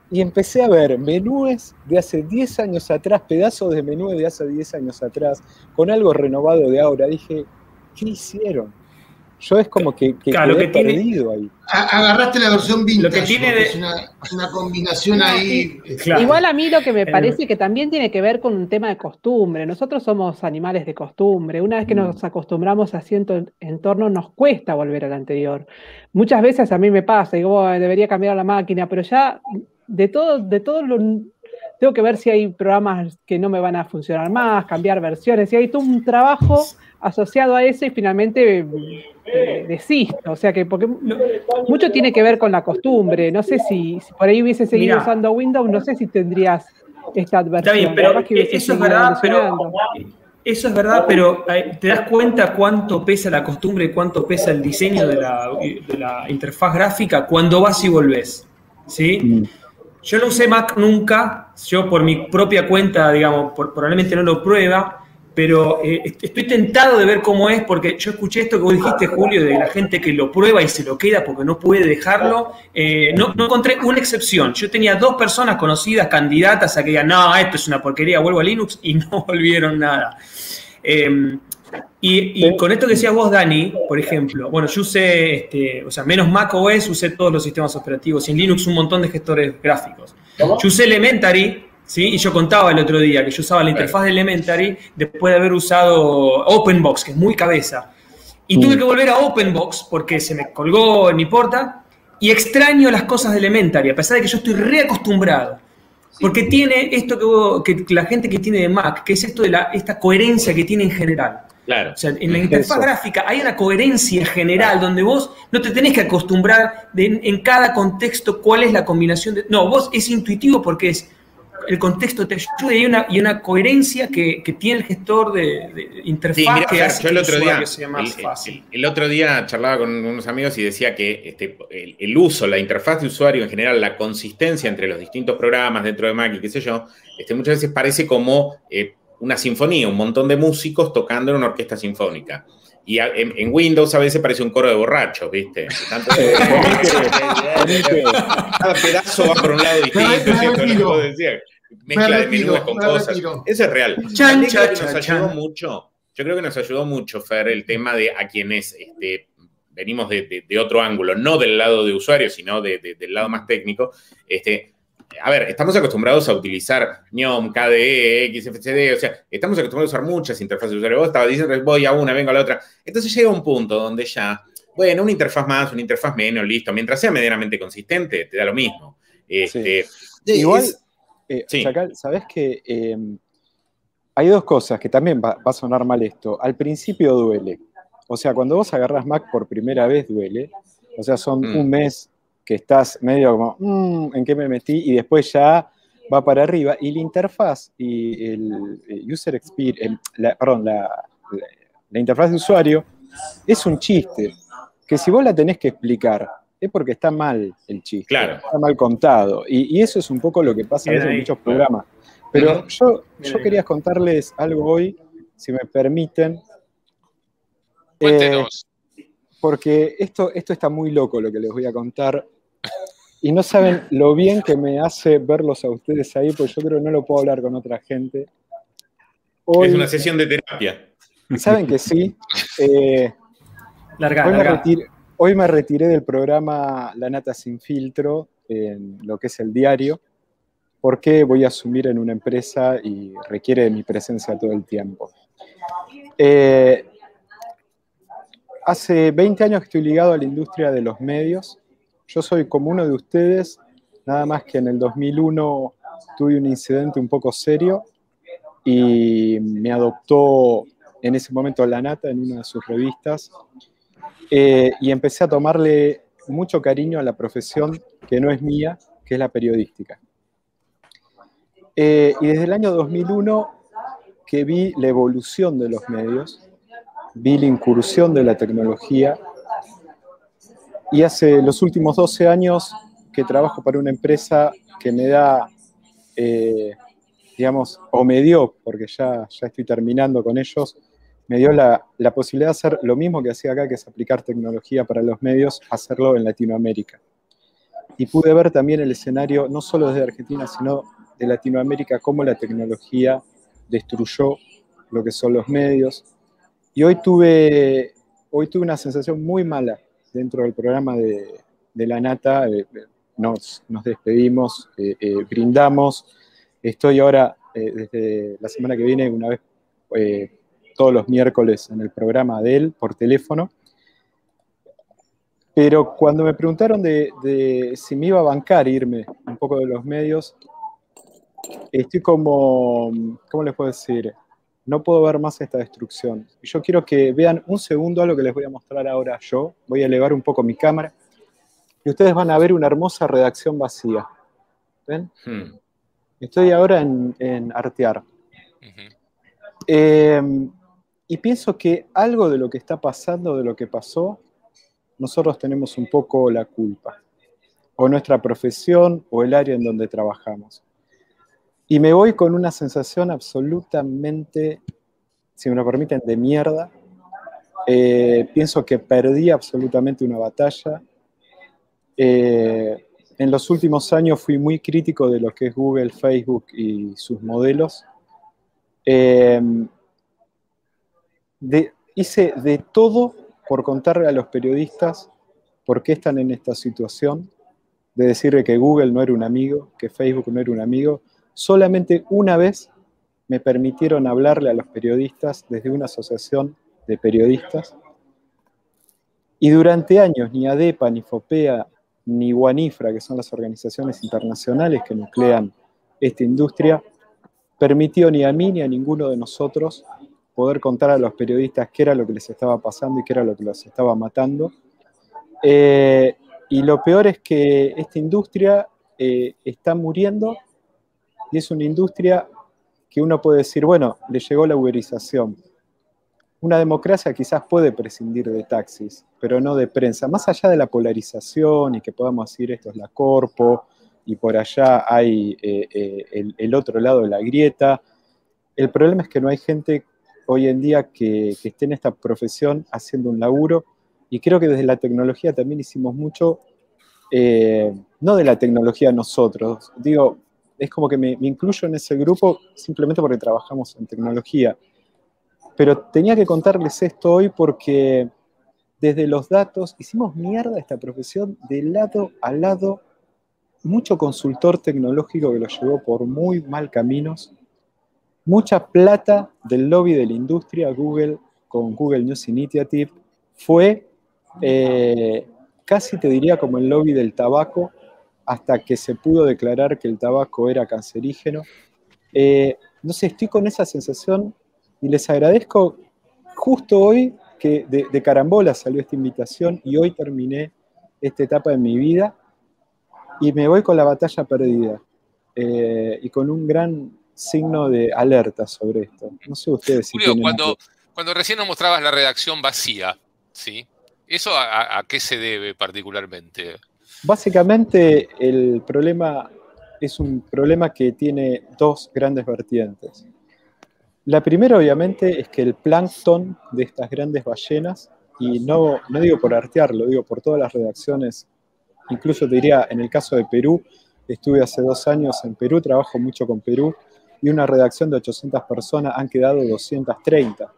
Y empecé a ver menúes de hace 10 años atrás, pedazos de menúes de hace 10 años atrás, con algo renovado de ahora. Dije, ¿qué hicieron? Yo es como que claro, quedé perdido ahí. Agarraste la versión vintage, lo que tiene es una combinación ahí. Claro. Igual a mí lo que me parece que también tiene que ver con un tema de costumbre. Nosotros somos animales de costumbre. Una vez que nos acostumbramos a cierto entorno, nos cuesta volver al anterior. Muchas veces a mí me pasa, digo, debería cambiar la máquina, pero ya de todo tengo que ver si hay programas que no me van a funcionar más, cambiar versiones, y hay todo un trabajo asociado a eso y finalmente desisto. O sea que porque mucho tiene que ver con la costumbre. No sé si por ahí hubiese seguido usando Windows, no sé si tendrías esta adversión. Está bien, pero eso es verdad, pero ¿te das cuenta cuánto pesa la costumbre y cuánto pesa el diseño de la interfaz gráfica cuando vas y volvés? ¿Sí? Yo no usé Mac nunca, yo por mi propia cuenta, digamos, probablemente no lo prueba, pero estoy tentado de ver cómo es, porque yo escuché esto que vos dijiste, Julio, de la gente que lo prueba y se lo queda porque no puede dejarlo. No encontré una excepción. Yo tenía 2 personas conocidas, candidatas a que digan, no, esto es una porquería, vuelvo a Linux, y no volvieron nada. Y con esto que decías vos, Dani, por ejemplo, bueno, yo usé, menos Mac OS, usé todos los sistemas operativos, y en Linux un montón de gestores gráficos. ¿Cómo? Yo usé Elementary, ¿sí? Y yo contaba el otro día que yo usaba la interfaz de Elementary después de haber usado OpenBox, que es muy cabeza. Y tuve que volver a OpenBox porque se me colgó en mi porta, y extraño las cosas de Elementary, a pesar de que yo estoy reacostumbrado. Porque tiene esto que la gente que tiene de Mac, que es esto de esta coherencia que tiene en general. Claro. O sea, en la interfaz gráfica hay una coherencia general donde vos no te tenés que acostumbrar en cada contexto cuál es la combinación de... No, vos es intuitivo porque es el contexto te ayuda y una coherencia que tiene el gestor de interfaz, sí, mira, que hace yo que el usuario sea más fácil. El otro día charlaba con unos amigos y decía que el uso, la interfaz de usuario en general, la consistencia entre los distintos programas dentro de Mac y qué sé yo, muchas veces parece como una sinfonía, un montón de músicos tocando en una orquesta sinfónica. Y en Windows a veces parece un coro de borrachos, ¿viste? Tanto cada pedazo va por un lado distinto, mezcla de menús con cosas. Eso es real. Yo creo que nos ayudó mucho, Fer, el tema de a quienes venimos de otro ángulo, no del lado de usuario, sino del lado más técnico. A ver, estamos acostumbrados a utilizar GNOME, KDE, XFCD, o sea, estamos acostumbrados a usar muchas interfaces de usuario. Vos estabas diciendo, voy a una, vengo a la otra. Entonces llega un punto donde ya, bueno, una interfaz más, una interfaz menos, listo. Mientras sea medianamente consistente, te da lo mismo. Sí. Igual, sí. Chacal, ¿sabés que hay 2 cosas que también va a sonar mal esto? Al principio duele. O sea, cuando vos agarrás Mac por primera vez duele. O sea, son un mes que estás medio como, ¿en qué me metí? Y después ya va para arriba. Y la interfaz y el user experience, la interfaz de usuario es un chiste, que si vos la tenés que explicar, es porque está mal el chiste, claro. Está mal contado. Y eso es un poco lo que pasa en muchos programas. Pero yo quería contarles algo hoy, si me permiten. Cuéntenos. Porque esto está muy loco lo que les voy a contar. Y no saben lo bien que me hace verlos a ustedes ahí, porque yo creo que no lo puedo hablar con otra gente. Hoy, es una sesión de terapia. ¿Saben que sí? Larga. Hoy me retiré del programa La Nata Sin Filtro, en lo que es el diario, porque voy a asumir en una empresa y requiere de mi presencia todo el tiempo. Hace 20 años que estoy ligado a la industria de los medios. Yo soy como uno de ustedes, nada más que en el 2001 tuve un incidente un poco serio y me adoptó en ese momento La Nata en una de sus revistas y empecé a tomarle mucho cariño a la profesión que no es mía, que es la periodística. Y desde el año 2001 que vi la evolución de los medios, vi la incursión de la tecnología, y hace los últimos 12 años que trabajo para una empresa que me da, digamos, o me dio, porque ya estoy terminando con ellos, me dio la posibilidad de hacer lo mismo que hacía acá, que es aplicar tecnología para los medios, hacerlo en Latinoamérica. y pude ver también el escenario, no solo desde Argentina, sino de Latinoamérica, cómo la tecnología destruyó lo que son los medios. Y hoy tuve una sensación muy mala dentro del programa de La Nata. Nos despedimos, brindamos. Estoy ahora, desde la semana que viene, una vez todos los miércoles en el programa de él, por teléfono. Pero cuando me preguntaron de si me iba a bancar irme un poco de los medios, estoy como, ¿cómo les puedo decir? No puedo ver más esta destrucción. Yo quiero que vean un segundo algo que les voy a mostrar ahora yo. Voy a elevar un poco mi cámara. Y ustedes van a ver una hermosa redacción vacía. ¿Ven? Estoy ahora en Artear. Y pienso que algo de lo que está pasando, de lo que pasó, nosotros tenemos un poco la culpa. O nuestra profesión, o el área en donde trabajamos. Y me voy con una sensación absolutamente, si me lo permiten, de mierda. Pienso que perdí absolutamente una batalla. En los últimos años fui muy crítico de lo que es Google, Facebook y sus modelos. Hice de todo por contarle a los periodistas por qué están en esta situación, de decirle que Google no era un amigo, que Facebook no era un amigo. Solamente una vez me permitieron hablarle a los periodistas desde una asociación de periodistas. Y durante años ni ADEPA, ni FOPEA, ni WANIFRA, que son las organizaciones internacionales que nuclean esta industria, permitió ni a mí ni a ninguno de nosotros poder contar a los periodistas qué era lo que les estaba pasando y qué era lo que los estaba matando. Y lo peor es que esta industria está muriendo, y es una industria que uno puede decir, bueno, le llegó la uberización. Una democracia quizás puede prescindir de taxis, pero no de prensa. Más allá de la polarización y que podamos decir esto es la corpo y por allá hay el otro lado de la grieta, el problema es que no hay gente hoy en día que esté en esta profesión haciendo un laburo, y creo que desde la tecnología también hicimos mucho, no de la tecnología nosotros, digo, es como que me incluyo en ese grupo simplemente porque trabajamos en tecnología. Pero tenía que contarles esto hoy porque desde los datos hicimos mierda esta profesión de lado a lado. Mucho consultor tecnológico que lo llevó por muy mal caminos. Mucha plata del lobby de la industria, Google, con Google News Initiative, fue casi te diría como el lobby del tabaco, hasta que se pudo declarar que el tabaco era cancerígeno. No sé, estoy con esa sensación y les agradezco justo hoy que de carambola salió esta invitación y hoy terminé esta etapa de mi vida y me voy con la batalla perdida y con un gran signo de alerta sobre esto. No sé ustedes si Julio, tienen cuando recién nos mostrabas la redacción vacía, ¿sí? ¿Eso a qué se debe particularmente? Básicamente el problema es un problema que tiene dos grandes vertientes. La primera obviamente es que el plancton de estas grandes ballenas, y no digo por Artear, lo digo por todas las redacciones, incluso te diría en el caso de Perú, estuve hace 2 años en Perú, trabajo mucho con Perú, y una redacción de 800 personas han quedado 230.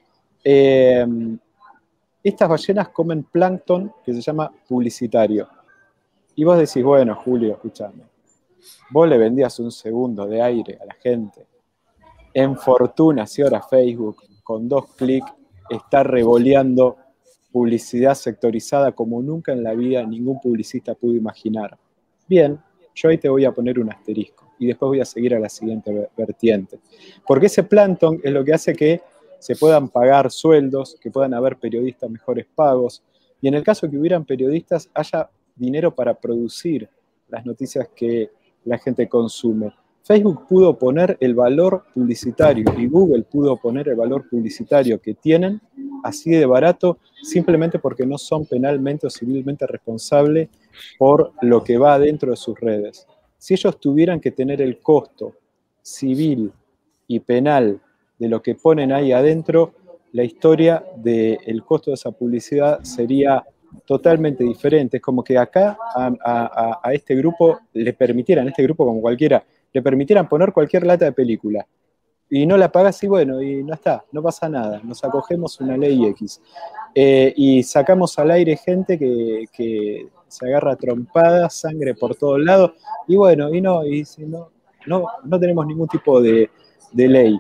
Estas ballenas comen plancton que se llama publicitario. Y vos decís, bueno, Julio, escuchame, vos le vendías un segundo de aire a la gente. En fortuna, si ahora Facebook, con 2 clics, está revoleando publicidad sectorizada como nunca en la vida ningún publicista pudo imaginar. Bien, yo ahí te voy a poner un asterisco y después voy a seguir a la siguiente vertiente. Porque ese plancton es lo que hace que se puedan pagar sueldos, que puedan haber periodistas mejores pagos, y en el caso que hubieran periodistas, haya dinero para producir las noticias que la gente consume. Facebook pudo poner el valor publicitario y Google pudo poner el valor publicitario que tienen así de barato simplemente porque no son penalmente o civilmente responsables por lo que va dentro de sus redes. Si ellos tuvieran que tener el costo civil y penal de lo que ponen ahí adentro, la historia del costo de esa publicidad sería totalmente diferente. Es como que acá a este grupo le permitieran, este grupo como cualquiera, le permitieran poner cualquier lata de película. Y no la pagas y bueno, y no está, no pasa nada. Nos acogemos una ley X. Y sacamos al aire gente que se agarra trompadas, sangre por todos lados. Y bueno, y si no tenemos ningún tipo de ley.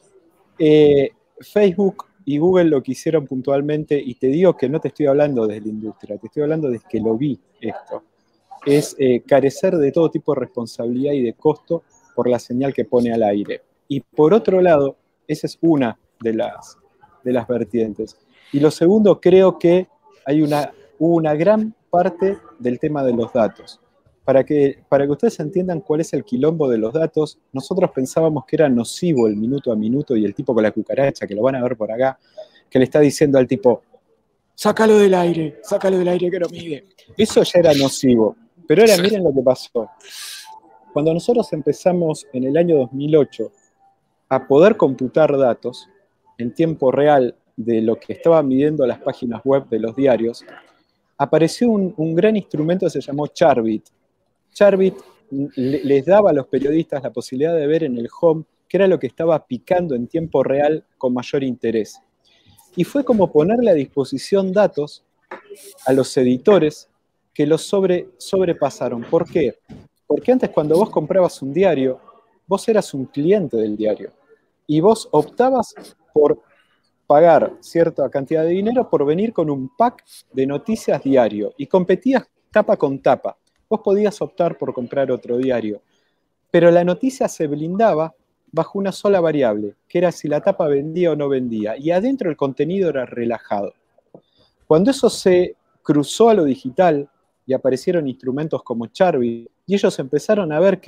Facebook y Google lo que hicieron puntualmente, y te digo que no te estoy hablando desde la industria, te estoy hablando desde que lo vi esto, es carecer de todo tipo de responsabilidad y de costo por la señal que pone al aire. Y por otro lado, esa es una de las vertientes. Y lo segundo, creo que hay una gran parte del tema de los datos. Para que ustedes entiendan cuál es el quilombo de los datos, nosotros pensábamos que era nocivo el minuto a minuto y el tipo con la cucaracha, que lo van a ver por acá, que le está diciendo al tipo, sácalo del aire que no mide. Eso ya era nocivo. Pero ahora miren lo que pasó. Cuando nosotros empezamos en el año 2008 a poder computar datos en tiempo real de lo que estaban midiendo las páginas web de los diarios, apareció un gran instrumento que se llamó Charbit. Charbit les daba a los periodistas la posibilidad de ver en el home qué era lo que estaba picando en tiempo real con mayor interés. Y fue como ponerle a disposición datos a los editores que los sobrepasaron. ¿Por qué? Porque antes cuando vos comprabas un diario, vos eras un cliente del diario y vos optabas por pagar cierta cantidad de dinero por venir con un pack de noticias diario y competías tapa con tapa. Vos podías optar por comprar otro diario, pero la noticia se blindaba bajo una sola variable, que era si la tapa vendía o no vendía, y adentro el contenido era relajado. Cuando eso se cruzó a lo digital y aparecieron instrumentos como Charbit, y ellos empezaron a ver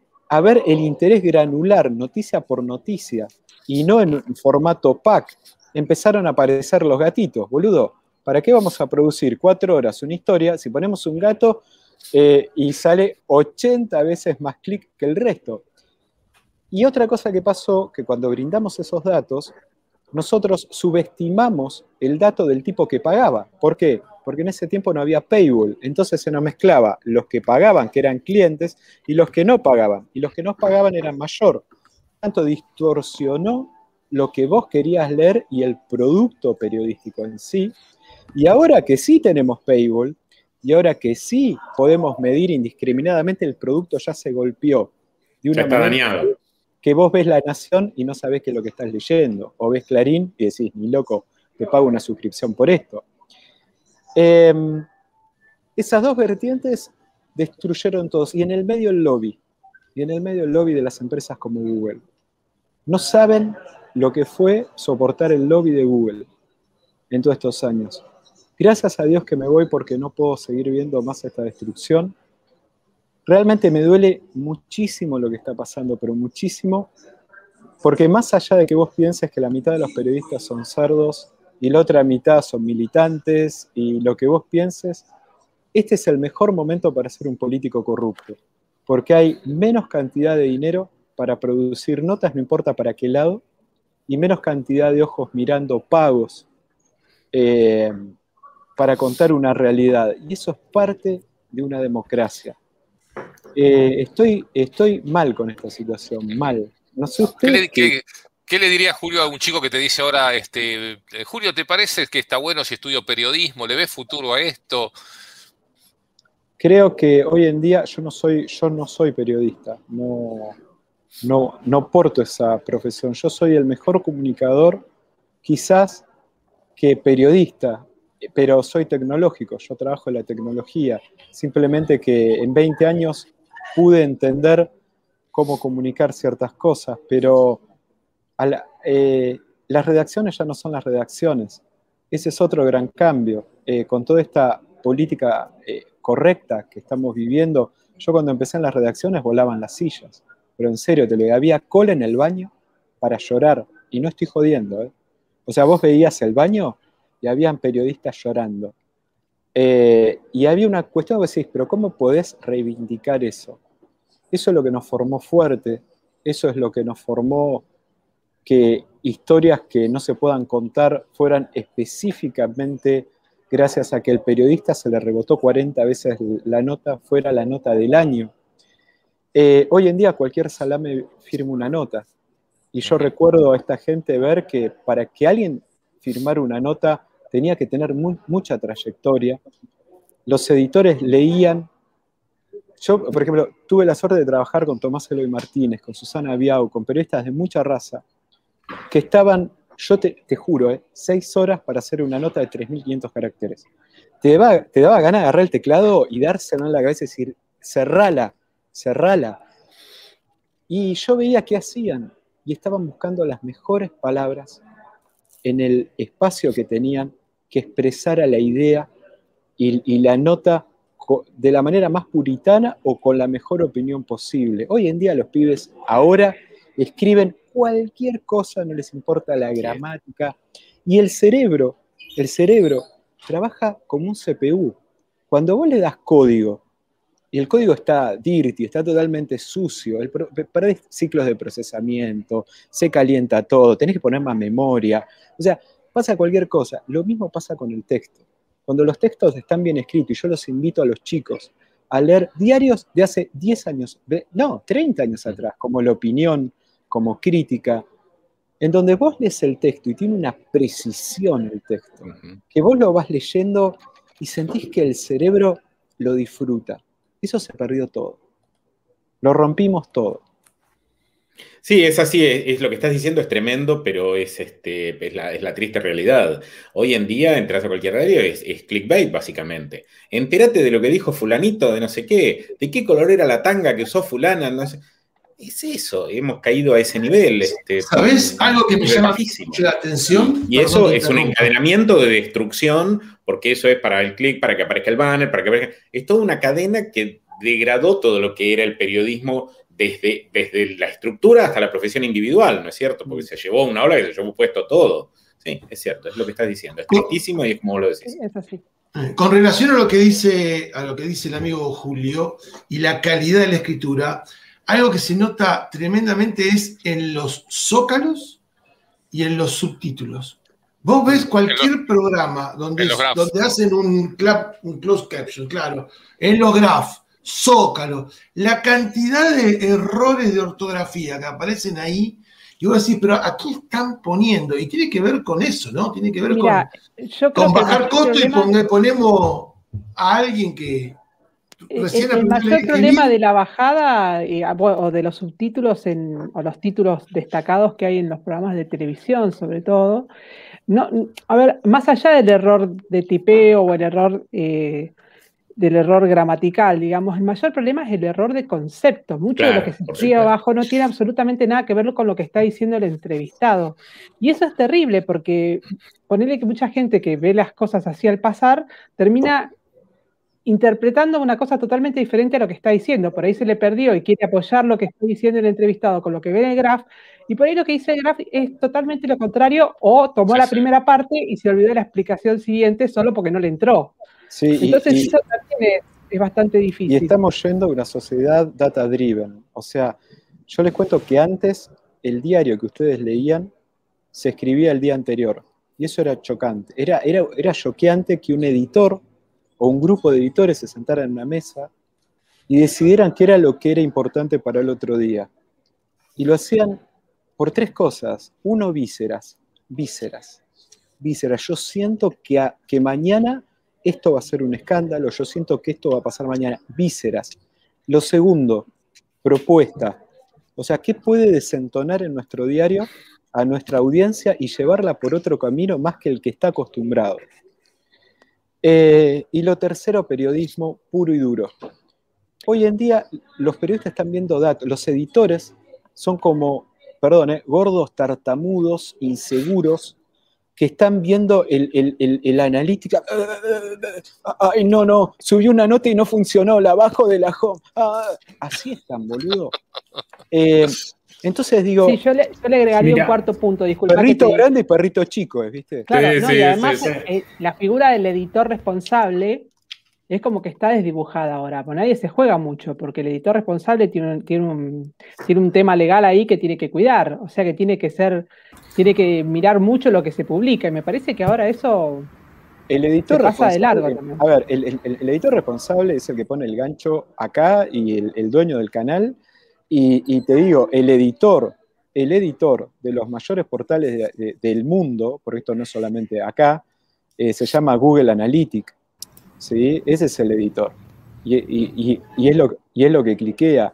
el interés granular, noticia por noticia, y no en formato pack, empezaron a aparecer los gatitos. Boludo, ¿para qué vamos a producir 4 horas una historia si ponemos un gato y sale 80 veces más clic que el resto? Y otra cosa que pasó, que cuando brindamos esos datos, nosotros subestimamos el dato del tipo que pagaba. ¿Por qué? Porque en ese tiempo no había paywall, entonces se nos mezclaba los que pagaban, que eran clientes, y los que no pagaban, y los que no pagaban eran mayor. Tanto distorsionó lo que vos querías leer y el producto periodístico en sí, y ahora que sí tenemos paywall, y ahora que sí podemos medir indiscriminadamente, el producto ya se golpeó. De una manera que vos ves La Nación y no sabés qué es lo que estás leyendo, o ves Clarín y decís, ni loco, te pago una suscripción por esto. Esas dos vertientes destruyeron todos, y en el medio el lobby de las empresas como Google. No saben lo que fue soportar el lobby de Google en todos estos años. Gracias a Dios que me voy porque no puedo seguir viendo más esta destrucción. Realmente me duele muchísimo lo que está pasando, pero muchísimo, porque más allá de que vos pienses que la mitad de los periodistas son cerdos y la otra mitad son militantes y lo que vos pienses, este es el mejor momento para ser un político corrupto, porque hay menos cantidad de dinero para producir notas, no importa para qué lado, y menos cantidad de ojos mirando pagos para contar una realidad. Y eso es parte de una democracia. Estoy mal con esta situación, mal. No sé usted. ¿Qué le diría Julio a un chico que te dice ahora, Julio, ¿te parece que está bueno si estudio periodismo? ¿Le ves futuro a esto? Creo que hoy en día yo no soy periodista, no porto esa profesión. Yo soy el mejor comunicador, quizás, que periodista, pero soy tecnológico, yo trabajo en la tecnología. Simplemente que en 20 años pude entender cómo comunicar ciertas cosas, pero las redacciones ya no son las redacciones. Ese es otro gran cambio. Con toda esta política correcta que estamos viviendo, yo cuando empecé en las redacciones volaban las sillas. Pero en serio, había cola en el baño para llorar, y no estoy jodiendo, O sea, vos veías el baño y habían periodistas llorando. Y había una cuestión que decís, pero ¿cómo podés reivindicar eso? Eso es lo que nos formó fuerte, eso es lo que nos formó que historias que no se puedan contar fueran específicamente gracias a que el periodista se le rebotó 40 veces la nota, fuera la nota del año. Hoy en día cualquier salame firma una nota. Y yo recuerdo a esta gente ver que para que alguien firmara una nota tenía que tener mucha trayectoria. Los editores leían. Yo, por ejemplo, tuve la suerte de trabajar con Tomás Eloy Martínez, con Susana Biau, con periodistas de mucha raza, que estaban, yo te juro, 6 horas para hacer una nota de 3.500 caracteres. Te daba ganas de agarrar el teclado y dárselo en la cabeza y decir, cerrala. Y yo veía qué hacían, y estaban buscando las mejores palabras en el espacio que tenían, que expresara la idea y la nota de la manera más puritana o con la mejor opinión posible. Hoy en día los pibes ahora escriben cualquier cosa, no les importa la gramática, y el cerebro trabaja como un CPU. Cuando vos le das código, y el código está dirty, está totalmente sucio, perdés ciclos de procesamiento, se calienta todo, tenés que poner más memoria, o sea, pasa cualquier cosa. Lo mismo pasa con el texto. Cuando los textos están bien escritos, y yo los invito a los chicos a leer diarios de hace 10 años, no, 30 años atrás, como La Opinión, como Crítica, en donde vos lees el texto y tiene una precisión el texto, que vos lo vas leyendo y sentís que el cerebro lo disfruta. Eso se perdió todo. Lo rompimos todo. Sí, es así, es lo que estás diciendo, es tremendo, pero es la triste realidad. Hoy en día, entras a cualquier radio, es clickbait, básicamente. Entérate de lo que dijo fulanito de no sé qué, de qué color era la tanga que usó fulana, no sé. Es eso, hemos caído a ese nivel. ¿Sabés algo que me llama mucho la atención? Y eso es un encadenamiento de destrucción, porque eso es para el click, para que aparezca el banner, para que aparezca... Es toda una cadena que degradó todo lo que era el periodismo desde la estructura hasta la profesión individual, ¿no es cierto? Porque se llevó una ola que se llevó puesto todo. Sí, es cierto, es lo que estás diciendo. Es tristísimo y es como lo decís. Es así. Con relación a lo que dice el amigo Julio y la calidad de la escritura, algo que se nota tremendamente es en los zócalos y en los subtítulos. Vos ves cualquier programa donde hacen un closed caption, claro, en los graph, zócalo, la cantidad de errores de ortografía que aparecen ahí, y vos decís, pero aquí están poniendo, y tiene que ver con eso, ¿no? Tiene que ver con bajar costo y ponemos a alguien que... El mayor problema de la bajada o de los subtítulos o los títulos destacados que hay en los programas de televisión, sobre todo, a ver, más allá del error de tipeo o el error del error gramatical, digamos, el mayor problema es el error de concepto. Mucho de lo que se escribe abajo no tiene absolutamente nada que ver con lo que está diciendo el entrevistado. Y eso es terrible porque ponerle que mucha gente que ve las cosas así al pasar termina interpretando una cosa totalmente diferente a lo que está diciendo. Por ahí se le perdió y quiere apoyar lo que está diciendo el entrevistado con lo que ve en el graph, y por ahí lo que dice el graph es totalmente lo contrario, o tomó la primera parte y se olvidó de la explicación siguiente solo porque no le entró. Sí, entonces eso también es bastante difícil. Y estamos yendo a una sociedad data-driven. O sea, yo les cuento que antes el diario que ustedes leían se escribía el día anterior, y eso era chocante. Era choqueante que un editor o un grupo de editores se sentaran en una mesa y decidieran qué era lo que era importante para el otro día. Y lo hacían por 3 cosas. Uno, vísceras. Yo siento que mañana esto va a ser un escándalo, yo siento que esto va a pasar mañana. Vísceras. Lo segundo, propuesta. O sea, ¿qué puede desentonar en nuestro diario a nuestra audiencia y llevarla por otro camino más que el que está acostumbrado? Y lo tercero, periodismo puro y duro. Hoy en día los periodistas están viendo datos, los editores son como, gordos, tartamudos, inseguros, que están viendo el analítica. Ay, no, subí una nota y no funcionó, la bajo de la home. Así están, boludo. Entonces digo... Sí, yo le agregaría un cuarto punto, disculpa. Perrito grande y perrito chico, ¿viste? Claro, y además la figura del editor responsable es como que está desdibujada ahora, pues nadie se juega mucho, porque el editor responsable tiene un tema legal ahí que tiene que cuidar, o sea que tiene que mirar mucho lo que se publica, y me parece que ahora eso El editor pasa de largo también. A ver, el editor responsable es el que pone el gancho acá y el dueño del canal. Y te digo, el editor de los mayores portales del mundo, porque esto no es solamente acá, se llama Google Analytics, ¿sí? Ese es el editor. Y es lo que cliquea.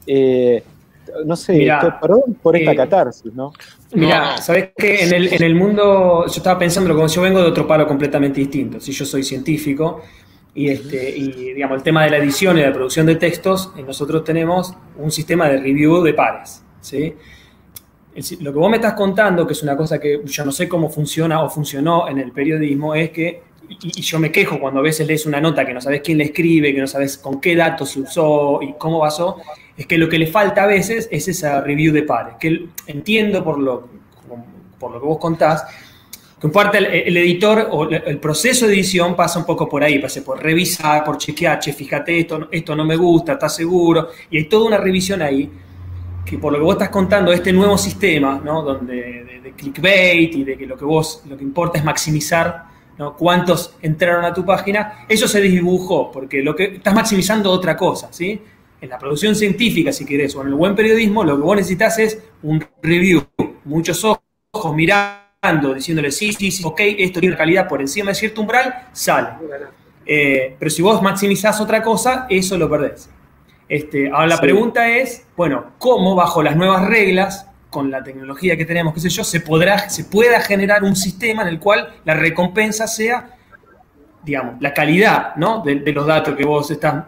No sé, Mirá, perdón por esta catarsis, ¿no? Mira, ¿sabés qué? En el mundo, yo estaba pensando, como yo vengo de otro palo completamente distinto. Si yo soy científico y digamos, el tema de la edición y la producción de textos, nosotros tenemos un sistema de review de pares, ¿sí? Lo que vos me estás contando, que es una cosa que yo no sé cómo funciona o funcionó en el periodismo, es que, y yo me quejo cuando a veces lees una nota que no sabes quién la escribe, que no sabes con qué datos se usó y cómo basó, es que lo que le falta a veces es esa review de pares, que entiendo por lo que vos contás, que en parte el editor o el proceso de edición pasa un poco por ahí, pasa por revisar, por chequear, che, fíjate, esto no me gusta, ¿estás seguro? Y hay toda una revisión ahí, que por lo que vos estás contando, este nuevo sistema, ¿no? Donde de clickbait y de que lo que importa es maximizar, ¿no? Cuántos entraron a tu página, eso se desdibujó, porque lo que estás maximizando otra cosa, ¿sí? En la producción científica, si querés, o en el buen periodismo, lo que vos necesitas es un review, muchos ojos mirando, diciéndole sí, ok, esto tiene una calidad por encima de cierto umbral, sale. Pero si vos maximizás otra cosa, eso lo perdés. Ahora la pregunta es, bueno, ¿cómo bajo las nuevas reglas, con la tecnología que tenemos, qué sé yo, se pueda generar un sistema en el cual la recompensa sea, digamos, la calidad, ¿no? de los datos que vos estás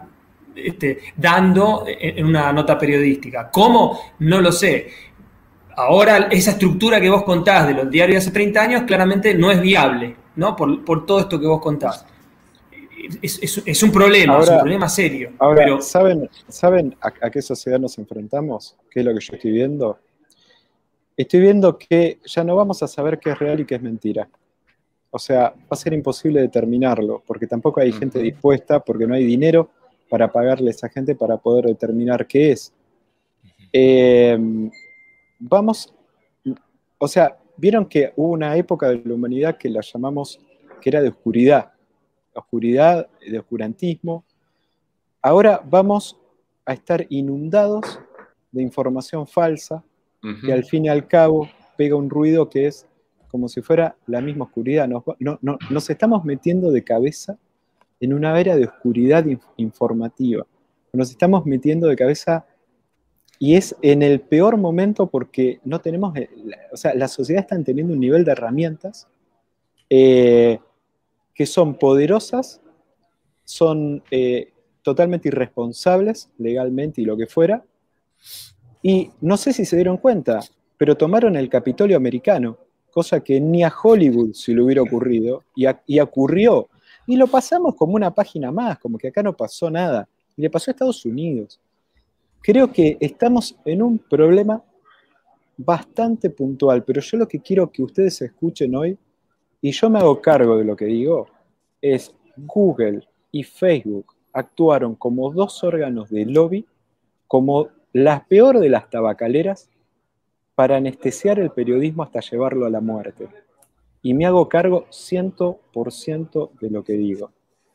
dando en una nota periodística? ¿Cómo? No lo sé. Ahora, esa estructura que vos contás de los diarios de hace 30 años claramente no es viable, ¿no? Por todo esto que vos contás. Es un problema, ahora, es un problema serio. Ahora, pero ¿saben a qué sociedad nos enfrentamos? ¿Qué es lo que yo estoy viendo? Estoy viendo que ya no vamos a saber qué es real y qué es mentira. O sea, va a ser imposible determinarlo, porque tampoco hay gente dispuesta, porque no hay dinero para pagarle a esa gente para poder determinar qué es. O sea, vieron que hubo una época de la humanidad que la llamamos, que era de oscuridad, de oscurantismo. Ahora vamos a estar inundados de información falsa, que al fin y al cabo pega un ruido que es como si fuera la misma oscuridad. Nos estamos metiendo de cabeza en una era de oscuridad informativa. Nos estamos metiendo de cabeza y es en el peor momento porque no tenemos, o sea, la sociedad está teniendo un nivel de herramientas que son poderosas, son totalmente irresponsables legalmente y lo que fuera, y no sé si se dieron cuenta, pero tomaron el Capitolio americano, cosa que ni a Hollywood se le hubiera ocurrido, y ocurrió. Y lo pasamos como una página más, como que acá no pasó nada. Y le pasó a Estados Unidos. Creo que estamos en un problema bastante puntual, pero yo lo que quiero que ustedes escuchen hoy, y yo me hago cargo de lo que digo, es Google y Facebook actuaron como dos órganos de lobby, como la peor de las tabacaleras, para anestesiar el periodismo hasta llevarlo a la muerte. Y me hago cargo 100% de lo que digo.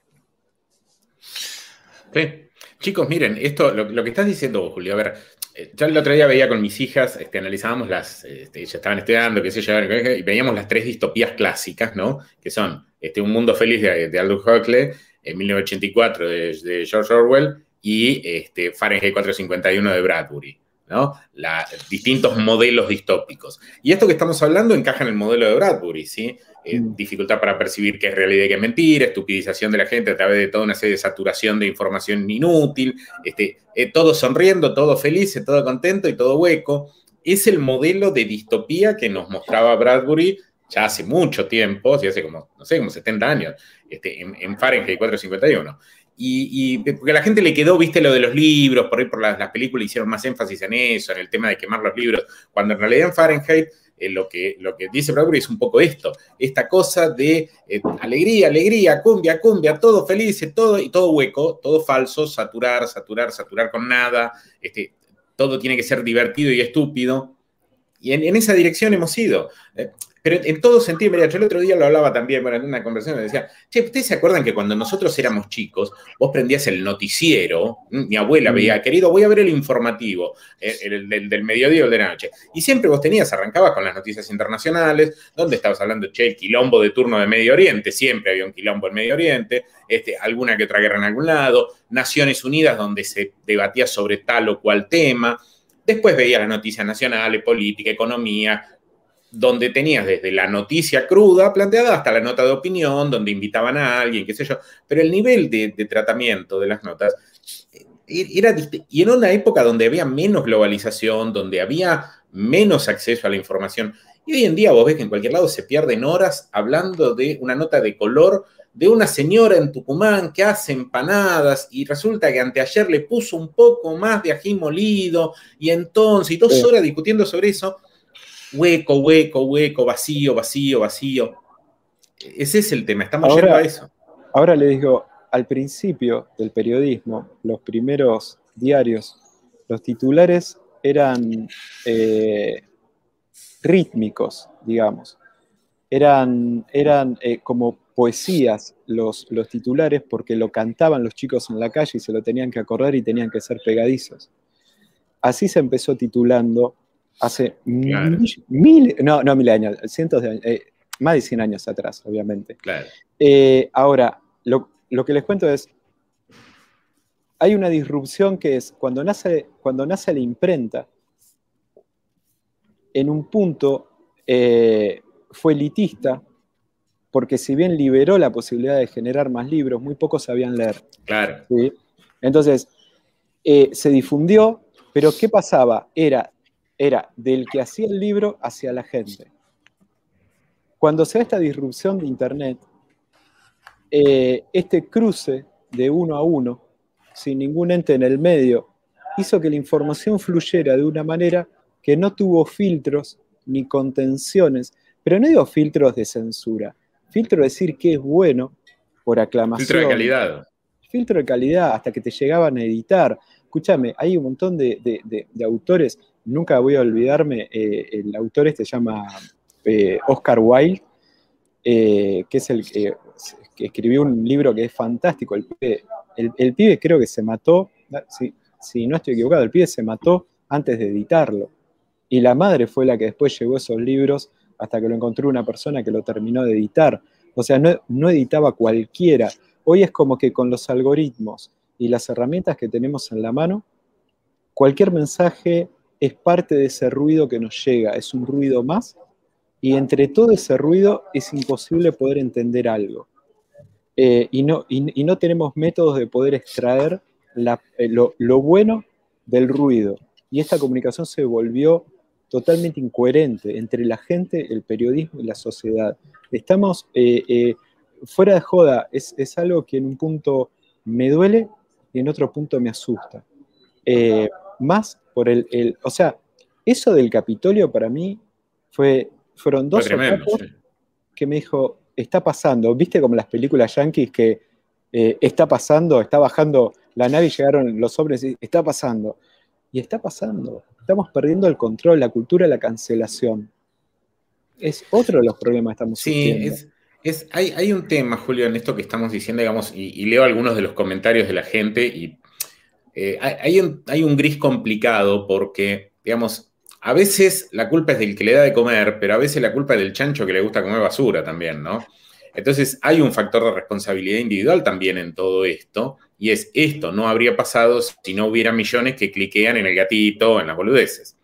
Sí. Chicos, miren, esto, lo que estás diciendo vos, Julio, a ver, yo el otro día veía con mis hijas, analizábamos ellas estaban estudiando, qué sé yo, y veíamos las 3 distopías clásicas, ¿no? Que son Un mundo feliz de Aldous Huxley, 1984 de George Orwell, y Fahrenheit 451 de Bradbury, ¿no? Distintos modelos distópicos. Y esto que estamos hablando encaja en el modelo de Bradbury, ¿sí? Dificultad para percibir qué es realidad y qué es mentira, estupidización de la gente a través de toda una serie de saturación de información inútil, todo sonriendo, todo feliz, todo contento y todo hueco. Es el modelo de distopía que nos mostraba Bradbury ya hace mucho tiempo, sí, hace como 70 años, en Fahrenheit 451. Y porque a la gente le quedó, viste, lo de los libros, por ahí por las películas hicieron más énfasis en eso, en el tema de quemar los libros, cuando en realidad en Fahrenheit lo que dice Bradbury es un poco esta cosa de alegría, cumbia, todo feliz, todo hueco, todo falso, saturar con nada, todo tiene que ser divertido y estúpido, y en esa dirección hemos ido. Pero en todo sentido, mira, yo el otro día lo hablaba también, bueno, en una conversación me decía, che, ¿ustedes se acuerdan que cuando nosotros éramos chicos, vos prendías el noticiero? Mi abuela veía, querido, voy a ver el informativo, el del mediodía o de la noche. Y siempre vos arrancabas con las noticias internacionales, donde estabas hablando, che, el quilombo de turno de Medio Oriente, siempre había un quilombo en Medio Oriente, alguna que otra guerra en algún lado, Naciones Unidas, donde se debatía sobre tal o cual tema. Después veías las noticias nacionales, política, economía, donde tenías desde la noticia cruda planteada hasta la nota de opinión, donde invitaban a alguien, qué sé yo. Pero el nivel de tratamiento de las notas era distinto. Y en una época donde había menos globalización, donde había menos acceso a la información. Y hoy en día vos ves que en cualquier lado se pierden horas hablando de una nota de color de una señora en Tucumán que hace empanadas y resulta que anteayer le puso un poco más de ají molido y entonces, y 2 horas discutiendo sobre eso. Hueco, hueco, hueco, vacío, vacío, vacío. Ese es el tema, estamos yendo a eso. Ahora le digo, al principio del periodismo, los primeros diarios, los titulares eran rítmicos, digamos. Eran como poesías los titulares porque lo cantaban los chicos en la calle y se lo tenían que acordar y tenían que ser pegadizos. Así se empezó titulando hace mil años, cientos de años, más de 100 años atrás, obviamente. Claro. Ahora, lo que les cuento es, hay una disrupción que es, cuando nace la imprenta, en un punto fue elitista, porque si bien liberó la posibilidad de generar más libros, muy pocos sabían leer. Claro. ¿Sí? Entonces, se difundió, pero ¿qué pasaba? Era del que hacía el libro hacia la gente. Cuando se da esta disrupción de Internet, este cruce de uno a uno, sin ningún ente en el medio, hizo que la información fluyera de una manera que no tuvo filtros ni contenciones, pero no digo filtros de censura, filtro de decir que es bueno por aclamación. Filtro de calidad. Filtro de calidad, hasta que te llegaban a editar. Escúchame, hay un montón de autores, nunca voy a olvidarme, el autor se llama Oscar Wilde, que es el que escribió un libro que es fantástico. El pibe creo que se mató, si no estoy equivocado, el pibe se mató antes de editarlo. Y la madre fue la que después llevó esos libros hasta que lo encontró una persona que lo terminó de editar. O sea, no editaba cualquiera. Hoy es como que con los algoritmos y las herramientas que tenemos en la mano, cualquier mensaje es parte de ese ruido que nos llega, es un ruido más, y entre todo ese ruido es imposible poder entender algo. Y no tenemos métodos de poder extraer lo bueno del ruido. Y esta comunicación se volvió totalmente incoherente entre la gente, el periodismo y la sociedad. Estamos fuera de joda, es algo que en un punto me duele y en otro punto me asusta. Más por o sea, eso del Capitolio para mí fueron 2 etapos que me dijo, está pasando. ¿Viste como las películas yanquis que está pasando, está bajando la nave y llegaron los hombres y está pasando? Y está pasando. Estamos perdiendo el control, la cultura de la cancelación. Es otro de los problemas que estamos sufriendo. Hay un tema, Julio, en esto que estamos diciendo, digamos, y leo algunos de los comentarios de la gente, y hay un gris complicado porque, digamos, a veces la culpa es del que le da de comer, pero a veces la culpa es del chancho que le gusta comer basura también, ¿no? Entonces hay un factor de responsabilidad individual también en todo esto, y esto no habría pasado si no hubiera millones que cliquean en el gatito, en las boludeces.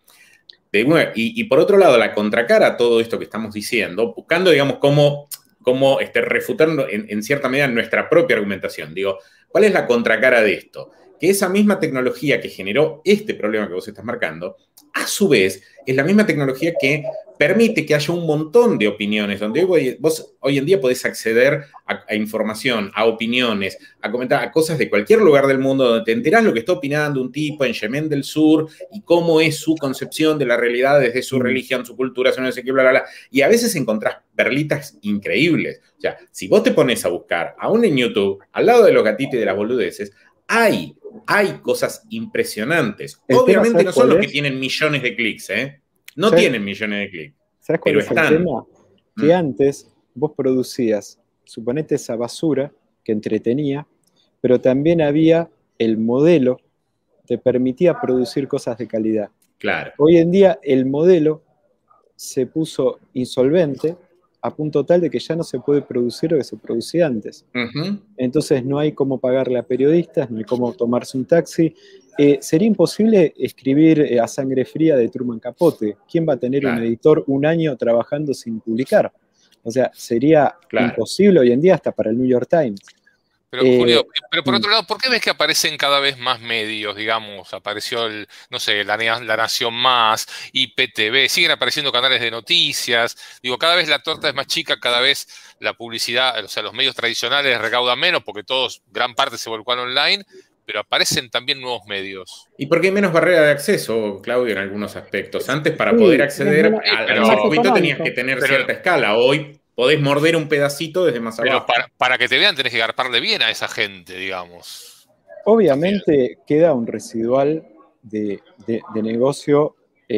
Y por otro lado, la contracara a todo esto que estamos diciendo, buscando, digamos, cómo refutando en cierta medida nuestra propia argumentación. Digo, ¿cuál es la contracara de esto? Que esa misma tecnología que generó este problema que vos estás marcando, a su vez, es la misma tecnología que permite que haya un montón de opiniones, donde vos hoy en día podés acceder a información, a opiniones, a comentar, a cosas de cualquier lugar del mundo, donde te enterás lo que está opinando un tipo en Yemen del Sur y cómo es su concepción de la realidad desde su religión, su cultura, su no sé qué, bla, bla, bla. Y a veces encontrás perlitas increíbles. O sea, si vos te pones a buscar, aún en YouTube, al lado de los gatitos y de las boludeces, hay cosas impresionantes. Obviamente no son los que tienen millones de clics, ¿eh? No tienen millones de clics. ¿Sabes cuál es el tema? que antes vos producías, suponete esa basura que entretenía, pero también había el modelo que permitía producir cosas de calidad. Claro. Hoy en día el modelo se puso insolvente a punto tal de que ya no se puede producir lo que se producía antes. Entonces no hay cómo pagarle a periodistas, no hay cómo tomarse un taxi. Sería imposible escribir A Sangre Fría de Truman Capote. ¿Quién va a tener un editor un año trabajando sin publicar? O sea, sería imposible hoy en día hasta para el New York Times. Pero Julio, pero por otro lado, ¿por qué ves que aparecen cada vez más medios? Digamos, apareció La Nación Más, IPTV, siguen apareciendo canales de noticias. Digo, cada vez la torta es más chica, cada vez la publicidad, o sea, los medios tradicionales recaudan menos porque gran parte se volcó al online, pero aparecen también nuevos medios. Y porque hay menos barrera de acceso, Claudio, en algunos aspectos. Antes, para poder acceder al circuito tenías que tener cierta escala. Hoy podés morder un pedacito desde más abajo. Pero para que te vean tenés que garparle bien a esa gente, digamos. Obviamente queda un residual de negocio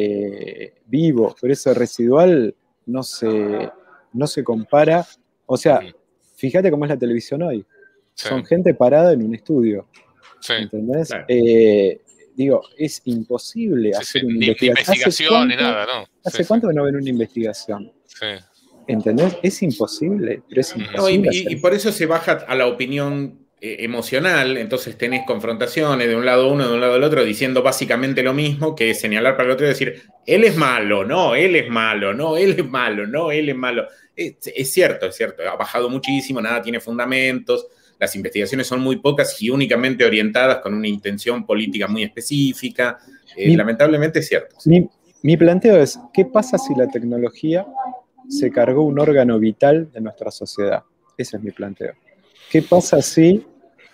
vivo, pero ese residual no se compara. O sea, fíjate cómo es la televisión hoy. Sí. Son gente parada en un estudio. Sí. ¿Entendés? Claro. Digo, es imposible hacer una investigación ni nada, ¿no? ¿Hace cuánto que no ven una investigación? Sí. ¿Entendés? Es imposible, pero es imposible. No, y por eso se baja a la opinión emocional, entonces tenés confrontaciones de un lado uno, de un lado el otro, diciendo básicamente lo mismo, que es señalar para el otro y decir, él es malo, no, él es malo, no, él es malo, no, él es malo. Es cierto, ha bajado muchísimo, nada tiene fundamentos, las investigaciones son muy pocas y únicamente orientadas con una intención política muy específica. Lamentablemente es cierto. Mi planteo es, ¿qué pasa si la tecnología se cargó un órgano vital de nuestra sociedad? Ese es mi planteo. ¿Qué pasa si...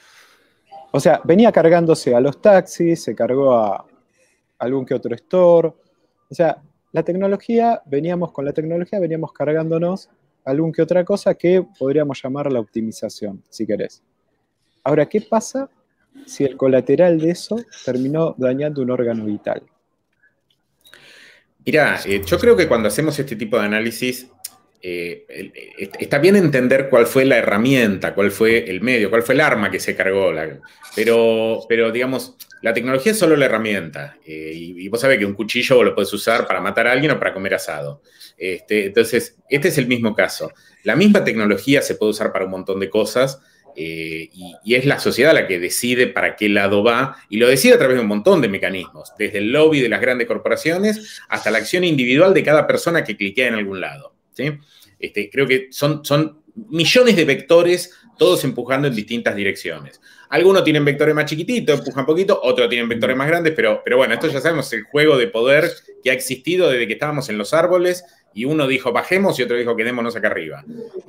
O sea, venía cargándose a los taxis, se cargó a algún que otro store. O sea, veníamos cargándonos algún que otra cosa que podríamos llamar la optimización, si querés. Ahora, ¿qué pasa si el colateral de eso terminó dañando un órgano vital? Mirá, yo creo que cuando hacemos este tipo de análisis, está bien entender cuál fue la herramienta, cuál fue el medio, cuál fue el arma que se cargó. Pero digamos, la tecnología es solo la herramienta. Y vos sabés que un cuchillo lo puedes usar para matar a alguien o para comer asado. Entonces, este es el mismo caso. La misma tecnología se puede usar para un montón de cosas. Y es la sociedad la que decide para qué lado va, y lo decide a través de un montón de mecanismos, desde el lobby de las grandes corporaciones hasta la acción individual de cada persona que cliquea en algún lado, ¿sí? Creo que son millones de vectores, todos empujando en distintas direcciones. Algunos tienen vectores más chiquititos, empujan poquito, otros tienen vectores más grandes, pero bueno, esto ya sabemos, el juego de poder que ha existido desde que estábamos en los árboles, y uno dijo bajemos y otro dijo quedémonos acá arriba.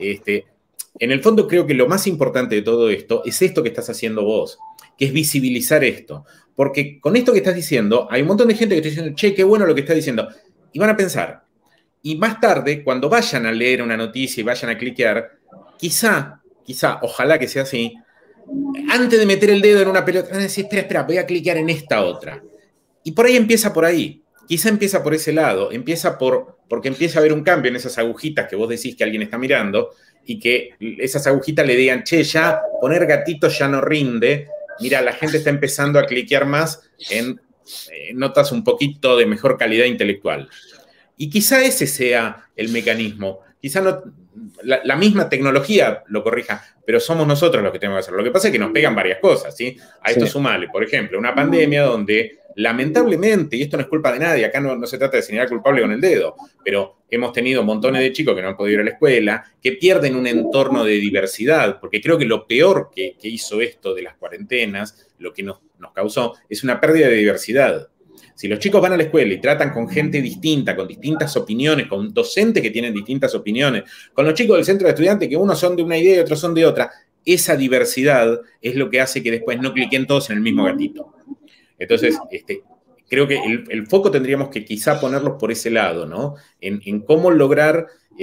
En el fondo creo que lo más importante de todo esto es esto que estás haciendo vos, que es visibilizar esto. Porque con esto que estás diciendo, hay un montón de gente que está diciendo, che, qué bueno lo que está diciendo. Y van a pensar. Y más tarde, cuando vayan a leer una noticia y vayan a cliquear, quizá, ojalá que sea así, antes de meter el dedo en una pelota, van a decir, espera, voy a cliquear en esta otra. Y por ahí empieza por ahí. Quizá empieza por ese lado. Empieza porque empieza a haber un cambio en esas agujitas que vos decís que alguien está mirando, y que esas agujitas le digan, che, ya poner gatitos ya no rinde. Mira, la gente está empezando a cliquear más en notas un poquito de mejor calidad intelectual. Y quizá ese sea el mecanismo. Quizá no, la misma tecnología lo corrija, pero somos nosotros los que tenemos que hacerlo. Lo que pasa es que nos pegan varias cosas, ¿sí? A esto sumale, por ejemplo, una pandemia donde lamentablemente, y esto no es culpa de nadie, acá no se trata de señalar culpable con el dedo, pero hemos tenido montones de chicos que no han podido ir a la escuela, que pierden un entorno de diversidad, porque creo que lo peor que hizo esto de las cuarentenas, lo que nos causó, es una pérdida de diversidad. Si los chicos van a la escuela y tratan con gente distinta, con distintas opiniones, con docentes que tienen distintas opiniones, con los chicos del centro de estudiantes que unos son de una idea y otros son de otra, esa diversidad es lo que hace que después no cliquen todos en el mismo gatito. Entonces, creo que el foco tendríamos que quizá ponerlos por ese lado, ¿no? En cómo lograr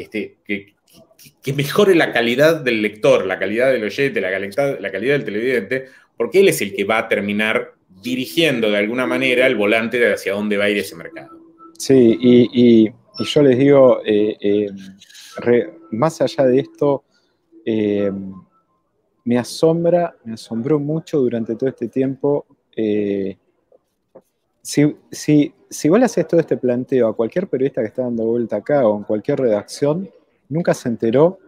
que mejore la calidad del lector, la calidad del oyente, la calidad del televidente, porque él es el que va a terminar dirigiendo de alguna manera el volante de hacia dónde va a ir ese mercado. Sí, y y yo les digo, más allá de esto, me asombró mucho durante todo este tiempo. Si vos le haces todo este planteo a cualquier periodista que está dando vuelta acá o en cualquier redacción, nunca se enteró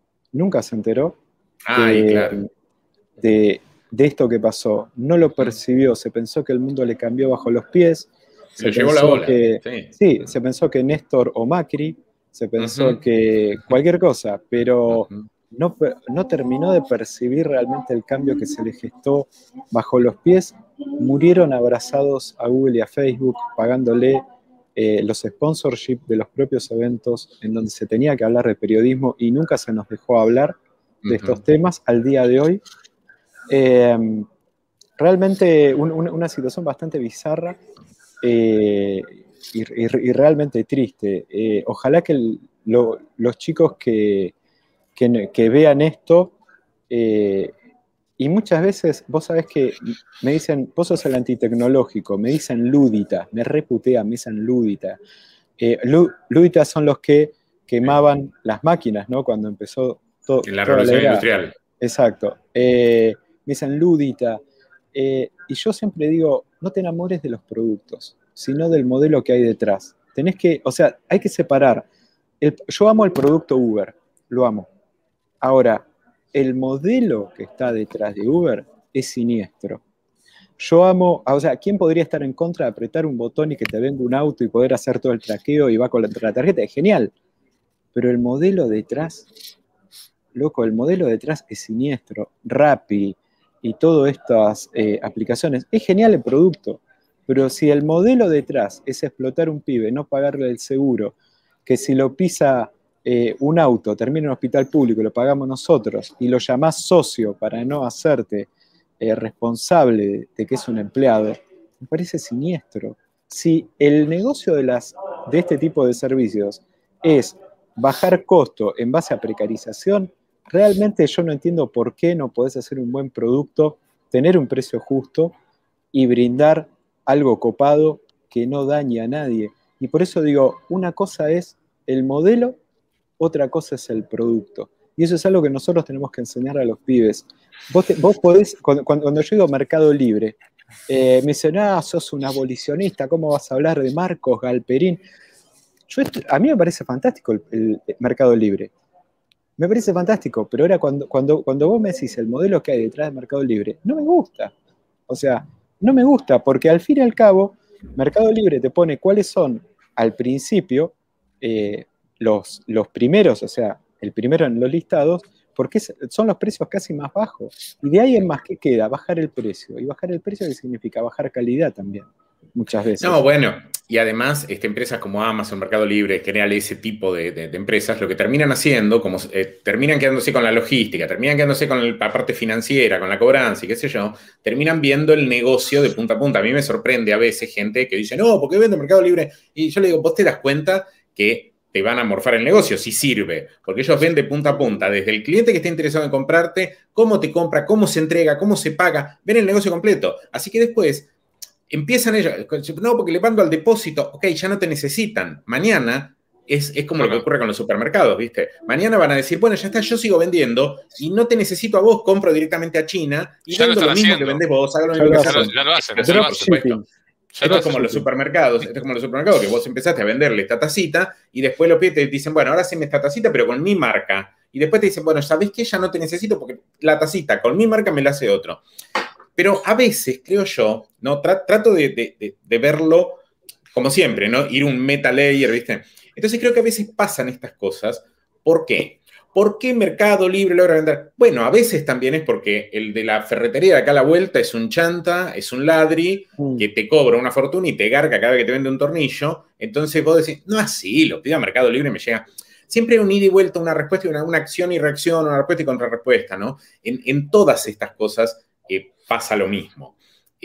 de esto que pasó. No lo percibió, se pensó que el mundo le cambió bajo los pies. Se llevó la ola. Sí, se pensó que Néstor o Macri, se pensó que cualquier cosa, pero no terminó de percibir realmente el cambio que se le gestó bajo los pies. Murieron abrazados a Google y a Facebook, pagándole los sponsorships de los propios eventos en donde se tenía que hablar de periodismo y nunca se nos dejó hablar de estos temas al día de hoy. Realmente una situación bastante bizarra y realmente triste. Ojalá que los chicos que vean esto, y muchas veces, vos sabés que me dicen, vos sos el antitecnológico, me dicen lúdita, me reputean, me dicen lúdita. Lúditas son los que quemaban las máquinas, ¿no? Cuando empezó todo. La revolución industrial. Exacto. Me dicen lúdita. Y yo siempre digo, no te enamores de los productos, sino del modelo que hay detrás. Hay que separar. Yo amo el producto Uber, lo amo. Ahora, el modelo que está detrás de Uber es siniestro. ¿Quién podría estar en contra de apretar un botón y que te venda un auto y poder hacer todo el traqueo y va con la tarjeta? Es genial. Pero el modelo detrás, loco, el modelo detrás es siniestro. Rappi y todas estas aplicaciones, es genial el producto. Pero si el modelo detrás es explotar un pibe, no pagarle el seguro, que si lo pisa un auto, termina en un hospital público, lo pagamos nosotros, y lo llamás socio para no hacerte responsable de que es un empleado, me parece siniestro. Si el negocio de este tipo de servicios es bajar costo en base a precarización, realmente yo no entiendo por qué no podés hacer un buen producto, tener un precio justo y brindar algo copado que no dañe a nadie. Y por eso digo, una cosa es el modelo, otra cosa es el producto. Y eso es algo que nosotros tenemos que enseñar a los pibes. Vos podés, cuando yo digo Mercado Libre, me dicen, sos un abolicionista, ¿cómo vas a hablar de Marcos, Galperín? A mí me parece fantástico el Mercado Libre. Me parece fantástico, pero ahora cuando vos me decís el modelo que hay detrás de Mercado Libre, no me gusta. O sea, no me gusta, porque al fin y al cabo, Mercado Libre te pone cuáles son, al principio, los primeros, o sea, el primero en los listados, porque son los precios casi más bajos. Y de ahí en más, ¿qué queda? Bajar el precio. ¿Y bajar el precio qué significa? Bajar calidad también, muchas veces. No, bueno, y además empresas como Amazon, Mercado Libre, en general ese tipo de empresas, lo que terminan haciendo, como terminan quedándose con la logística, terminan quedándose con la parte financiera, con la cobranza y qué sé yo, terminan viendo el negocio de punta a punta. A mí me sorprende a veces gente que dice, no, ¿por qué vende Mercado Libre? Y yo le digo, vos te das cuenta que te van a morfar el negocio, si sirve, porque ellos ven de punta a punta, desde el cliente que está interesado en comprarte, cómo te compra, cómo se entrega, cómo se paga, ven el negocio completo. Así que después empiezan ellos, no, porque le mando al depósito, ok, ya no te necesitan. Mañana es como lo que ocurre con los supermercados, ¿viste? Mañana van a decir, bueno, ya está, yo sigo vendiendo y no te necesito a vos, compro directamente a China y vendo lo mismo que vendés vos, hago lo mismo que hacen. Ya lo hacen. Esto es como los supermercados, que vos empezaste a venderle esta tacita y después los pibes te dicen, bueno, ahora haceme esta tacita, pero con mi marca. Y después te dicen, bueno, ¿sabés qué? Ya no te necesito porque la tacita con mi marca me la hace otro. Pero a veces, creo yo, ¿no? Trato de verlo como siempre, ¿no? Ir un meta layer, ¿viste? Entonces creo que a veces pasan estas cosas. ¿Por qué? ¿Por qué Mercado Libre logra vender? Bueno, a veces también es porque el de la ferretería de acá a la vuelta es un chanta, es un ladri, que te cobra una fortuna y te garca cada vez que te vende un tornillo. Entonces vos decís, no así, lo pido a Mercado Libre y me llega. Siempre hay un ida y vuelta, una respuesta y una acción y reacción, una respuesta y contrarrespuesta, ¿no? En todas estas cosas pasa lo mismo.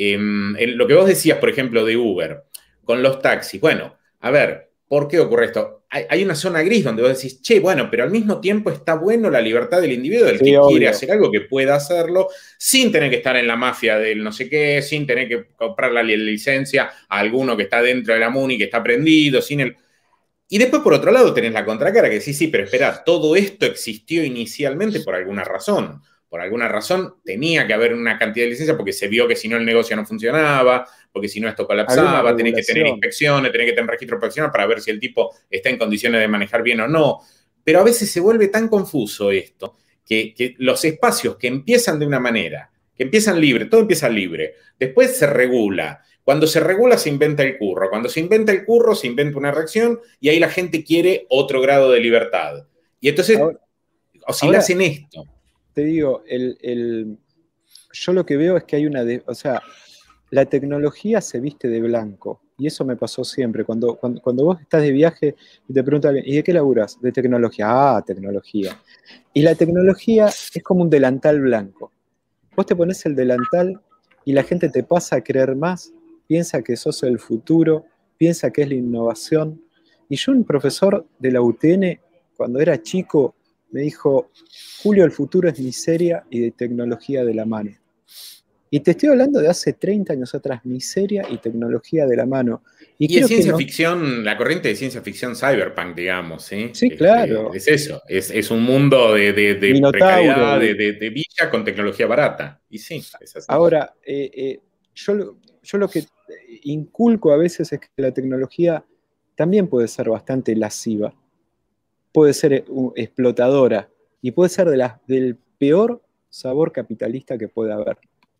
En lo que vos decías, por ejemplo, de Uber, con los taxis. Bueno, a ver, ¿por qué ocurre esto? Hay una zona gris donde vos decís, che, bueno, pero al mismo tiempo está bueno la libertad del individuo, del que quiere hacer algo, que pueda hacerlo, sin tener que estar en la mafia del no sé qué, sin tener que comprar la licencia a alguno que está dentro de la MUNI, que está prendido, sin el... Y después, por otro lado, tenés la contracara que sí, pero espera, todo esto existió inicialmente por alguna razón. Por alguna razón tenía que haber una cantidad de licencias porque se vio que si no el negocio no funcionaba, porque si no esto colapsaba, tenés que tener inspecciones, tenés que tener registro profesional para ver si el tipo está en condiciones de manejar bien o no. Pero a veces se vuelve tan confuso esto que los espacios que empiezan de una manera, que empiezan libre, todo empieza libre, después se regula. Cuando se regula se inventa el curro, cuando se inventa el curro se inventa una reacción y ahí la gente quiere otro grado de libertad. Y entonces oscilas en esto. Te digo, yo lo que veo es que hay o sea, la tecnología se viste de blanco, y eso me pasó siempre. Cuando vos estás de viaje y te pregunta alguien, ¿y de qué laburás? De tecnología. Ah, tecnología. Y la tecnología es como un delantal blanco. Vos te pones el delantal y la gente te pasa a creer más, piensa que sos el futuro, piensa que es la innovación. Y yo, un profesor de la UTN, cuando era chico, me dijo, Julio, el futuro es miseria y de tecnología de la mano. Y te estoy hablando de hace 30 años atrás, miseria y tecnología de la mano. Y es ciencia ficción, la corriente de ciencia ficción cyberpunk, digamos, ¿sí? Sí, claro. Es eso, es un mundo de precariedad, de villa con tecnología barata. Y sí, es así. Ahora, yo lo que inculco a veces es que la tecnología también puede ser bastante lasciva, puede ser explotadora y puede ser del peor sabor capitalista que pueda haber.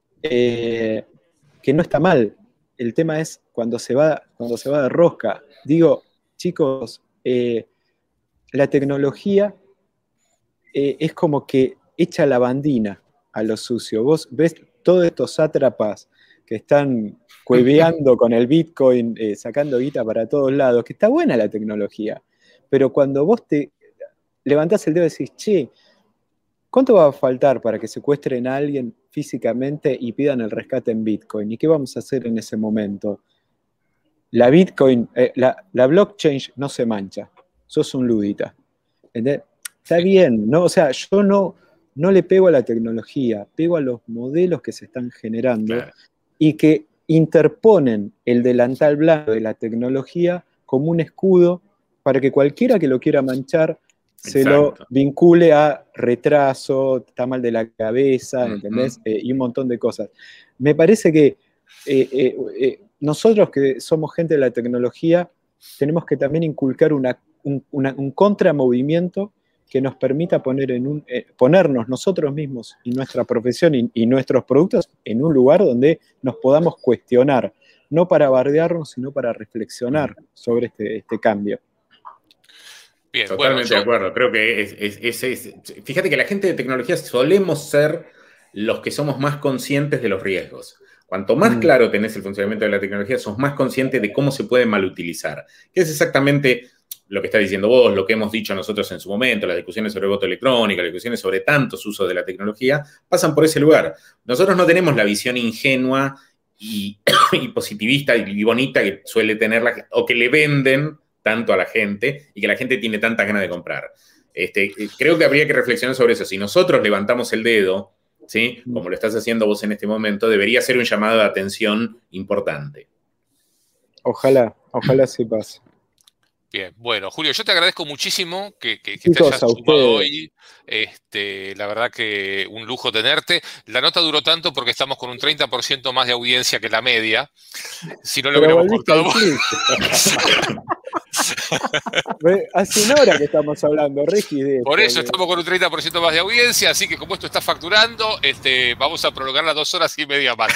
Que no está mal. El tema es cuando se va de rosca. Digo, chicos, la tecnología es como que echa la bandina a lo sucio. Vos ves todos estos sátrapas que están cueveando con el Bitcoin, sacando guita para todos lados, que está buena la tecnología, pero cuando vos te levantás el dedo y decís, che, ¿cuánto va a faltar para que secuestren a alguien físicamente y pidan el rescate en Bitcoin? ¿Y qué vamos a hacer en ese momento? La Bitcoin, la blockchain no se mancha. Sos un ludita. ¿Entendés? Está bien, ¿no? O sea, yo no le pego a la tecnología, pego a los modelos que se están generando, claro, y que interponen el delantal blanco de la tecnología como un escudo para que cualquiera que lo quiera manchar se lo vincule a retraso, está mal de la cabeza, ¿entendés? Y un montón de cosas. Me parece que nosotros que somos gente de la tecnología tenemos que también inculcar un contramovimiento que nos permita ponernos nosotros mismos y nuestra profesión y nuestros productos en un lugar donde nos podamos cuestionar, no para bardearnos, sino para reflexionar sobre este cambio. Bien, totalmente de acuerdo. Creo que fíjate que la gente de tecnología solemos ser los que somos más conscientes de los riesgos. Cuanto más claro tenés el funcionamiento de la tecnología, sos más consciente de cómo se puede malutilizar. Que es exactamente lo que está diciendo vos, lo que hemos dicho nosotros en su momento, las discusiones sobre voto electrónico, las discusiones sobre tantos usos de la tecnología, pasan por ese lugar. Nosotros no tenemos la visión ingenua y positivista y bonita que suele tener o que le venden tanto a la gente y que la gente tiene tantas ganas de comprar. Creo que habría que reflexionar sobre eso. Si nosotros levantamos el dedo, ¿sí?, como lo estás haciendo vos en este momento, debería ser un llamado de atención importante. Ojalá sí pase. Bien, bueno, Julio, yo te agradezco muchísimo que te hayas sumado hoy. La verdad que un lujo tenerte. La nota duró tanto porque estamos con un 30% más de audiencia que la media. Si no lo hubiéramos cortado. Hace una hora que estamos hablando, Regi. Por eso estamos con un 30% más de audiencia, así que como esto está facturando, vamos a prolongar las 2 horas y media más.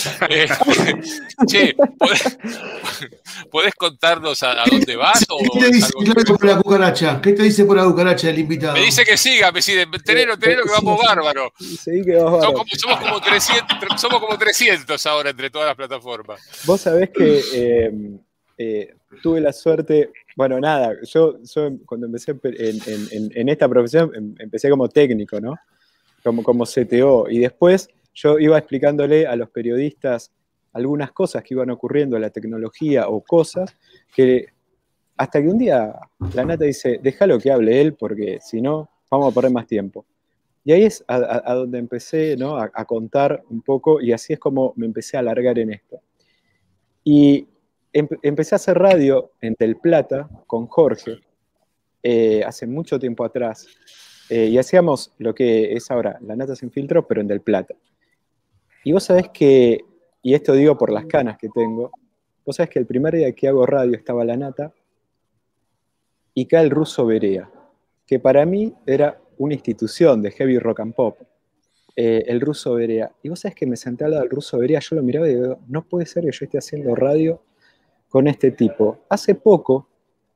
Che, ¿podés contarnos a dónde vas? ¿Qué te dice por la cucaracha? ¿Qué te dice por la cucaracha el invitado? Me dice que siga, me dice, tenelo que vamos bárbaro. Sí, que vamos bárbaro. Somos como 300 ahora entre todas las plataformas. Vos sabés que tuve la suerte, bueno, nada, yo cuando empecé en esta profesión, empecé como técnico, ¿no? Como CTO, y después yo iba explicándole a los periodistas algunas cosas que iban ocurriendo en la tecnología o cosas que hasta que un día la Nata dice, déjalo que hable él porque si no vamos a perder más tiempo. Y ahí es a donde empecé, ¿no?, a contar un poco, y así es como me empecé a alargar en esto. Y empecé a hacer radio en Del Plata con Jorge, hace mucho tiempo atrás, y hacíamos lo que es ahora La Nata Sin Filtro, pero en Del Plata. Y vos sabés que, y esto digo por las canas que tengo, vos sabés que el primer día que hago radio estaba La Nata y cae el Ruso Berea, que para mí era una institución de heavy rock and pop, el Ruso Berea. Y vos sabés que me senté al lado del Ruso Berea, yo lo miraba y digo, no puede ser que yo esté haciendo radio con este tipo. Hace poco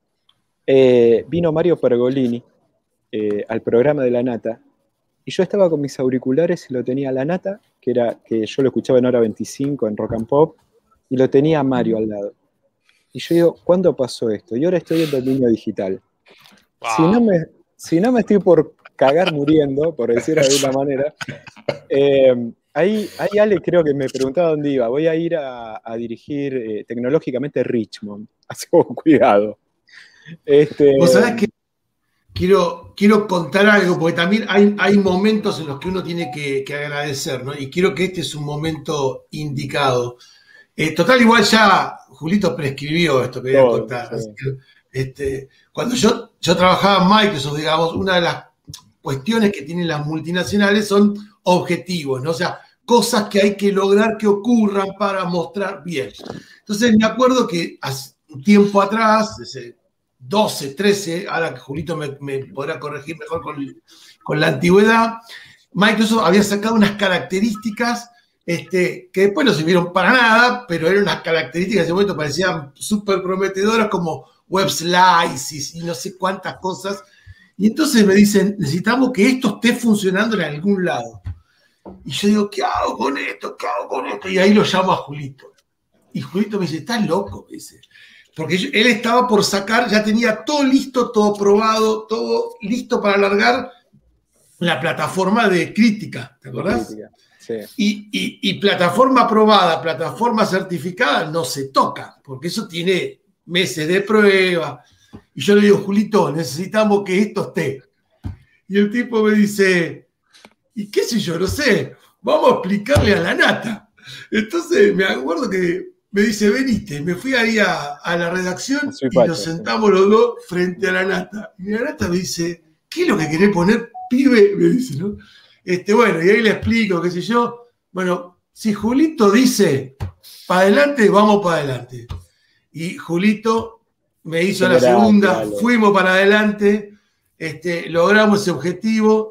vino Mario Pergolini al programa de La Nata, y yo estaba con mis auriculares y lo tenía a La Nata, que yo lo escuchaba en Hora 25 en Rock and Pop, y lo tenía a Mario al lado. Y yo digo, ¿cuándo pasó esto? Y ahora estoy en dominio digital. Wow. Si no me estoy por cagar muriendo, por decirlo de alguna manera, ahí Ale creo que me preguntaba dónde iba. Voy a ir a dirigir tecnológicamente Richmond. Así como cuidado. Vos sabés que quiero contar algo, porque también hay momentos en los que uno tiene que agradecer, ¿no? Y creo que este es un momento indicado. Total, igual ya Julito prescribió esto que voy a contar. Sí. Cuando yo trabajaba en Microsoft, digamos, una de las cuestiones que tienen las multinacionales son objetivos, ¿no? O sea, cosas que hay que lograr que ocurran para mostrar bien. Entonces me acuerdo que hace un tiempo atrás, desde 12, 13, ahora que Julito me podrá corregir mejor con la antigüedad, Microsoft había sacado unas características que después no sirvieron para nada, pero eran unas características que en ese momento parecían súper prometedoras, como web slices y no sé cuántas cosas. Y entonces me dicen, necesitamos que esto esté funcionando en algún lado. Y yo digo, ¿qué hago con esto? ¿Qué hago con esto? Y ahí lo llamo a Julito. Y Julito me dice, ¿estás loco? Me dice. Porque él estaba por sacar, ya tenía todo listo, todo probado, todo listo para largar la plataforma de crítica, ¿te acordás? Sí. Y plataforma aprobada, plataforma certificada, no se toca, porque eso tiene meses de prueba. Y yo le digo, Julito, necesitamos que esto esté. Y el tipo me dice, ¿y qué sé yo? No sé, vamos a explicarle a La Nata. Entonces me acuerdo que me dice, veniste, me fui ahí a la redacción y nos sentamos los dos frente a La Nata. Y La Nata me dice, ¿qué es lo que querés poner, pibe? Me dice, ¿no? Bueno, y ahí le explico, qué sé yo. Bueno, si Julito dice, para adelante, vamos para adelante. Y Julito me hizo la segunda, fuimos para adelante, logramos ese objetivo.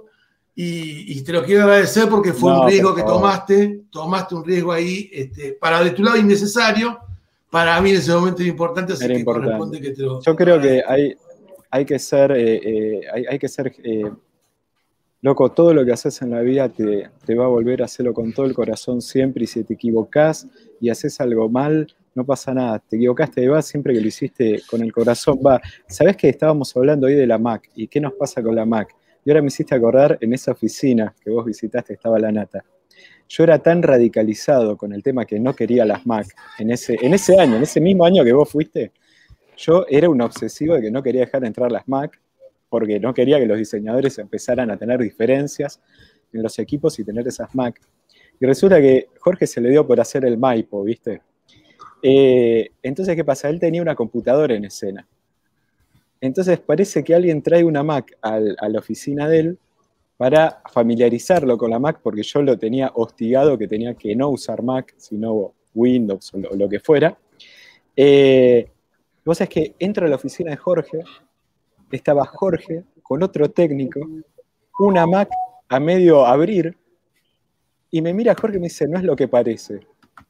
Y te lo quiero agradecer porque fue un riesgo que tomaste un riesgo ahí, para de tu lado innecesario, para mí en ese momento era importante, así que corresponde que te lo... Yo creo que hay que ser, loco, todo lo que haces en la vida te va a volver a hacerlo con todo el corazón siempre, y si te equivocás y haces algo mal, no pasa nada, te equivocaste, va, siempre que lo hiciste con el corazón, va. ¿Sabés que estábamos hablando hoy de la Mac? ¿Y qué nos pasa con la Mac? Y ahora me hiciste acordar, en esa oficina que vos visitaste estaba La Nata. Yo era tan radicalizado con el tema que no quería las Mac. En ese año, en ese mismo año que vos fuiste, yo era un obsesivo de que no quería dejar entrar las Mac, porque no quería que los diseñadores empezaran a tener diferencias en los equipos y tener esas Mac. Y resulta que Jorge se le dio por hacer el Maipo, ¿viste? Entonces, ¿qué pasa? Él tenía una computadora en escena. Entonces parece que alguien trae una Mac a la oficina de él para familiarizarlo con la Mac, porque yo lo tenía hostigado que tenía que no usar Mac, sino Windows o lo que fuera. Vos sabés que entro a la oficina de Jorge, estaba Jorge con otro técnico, una Mac a medio abrir, y me mira Jorge y me dice, no es lo que parece.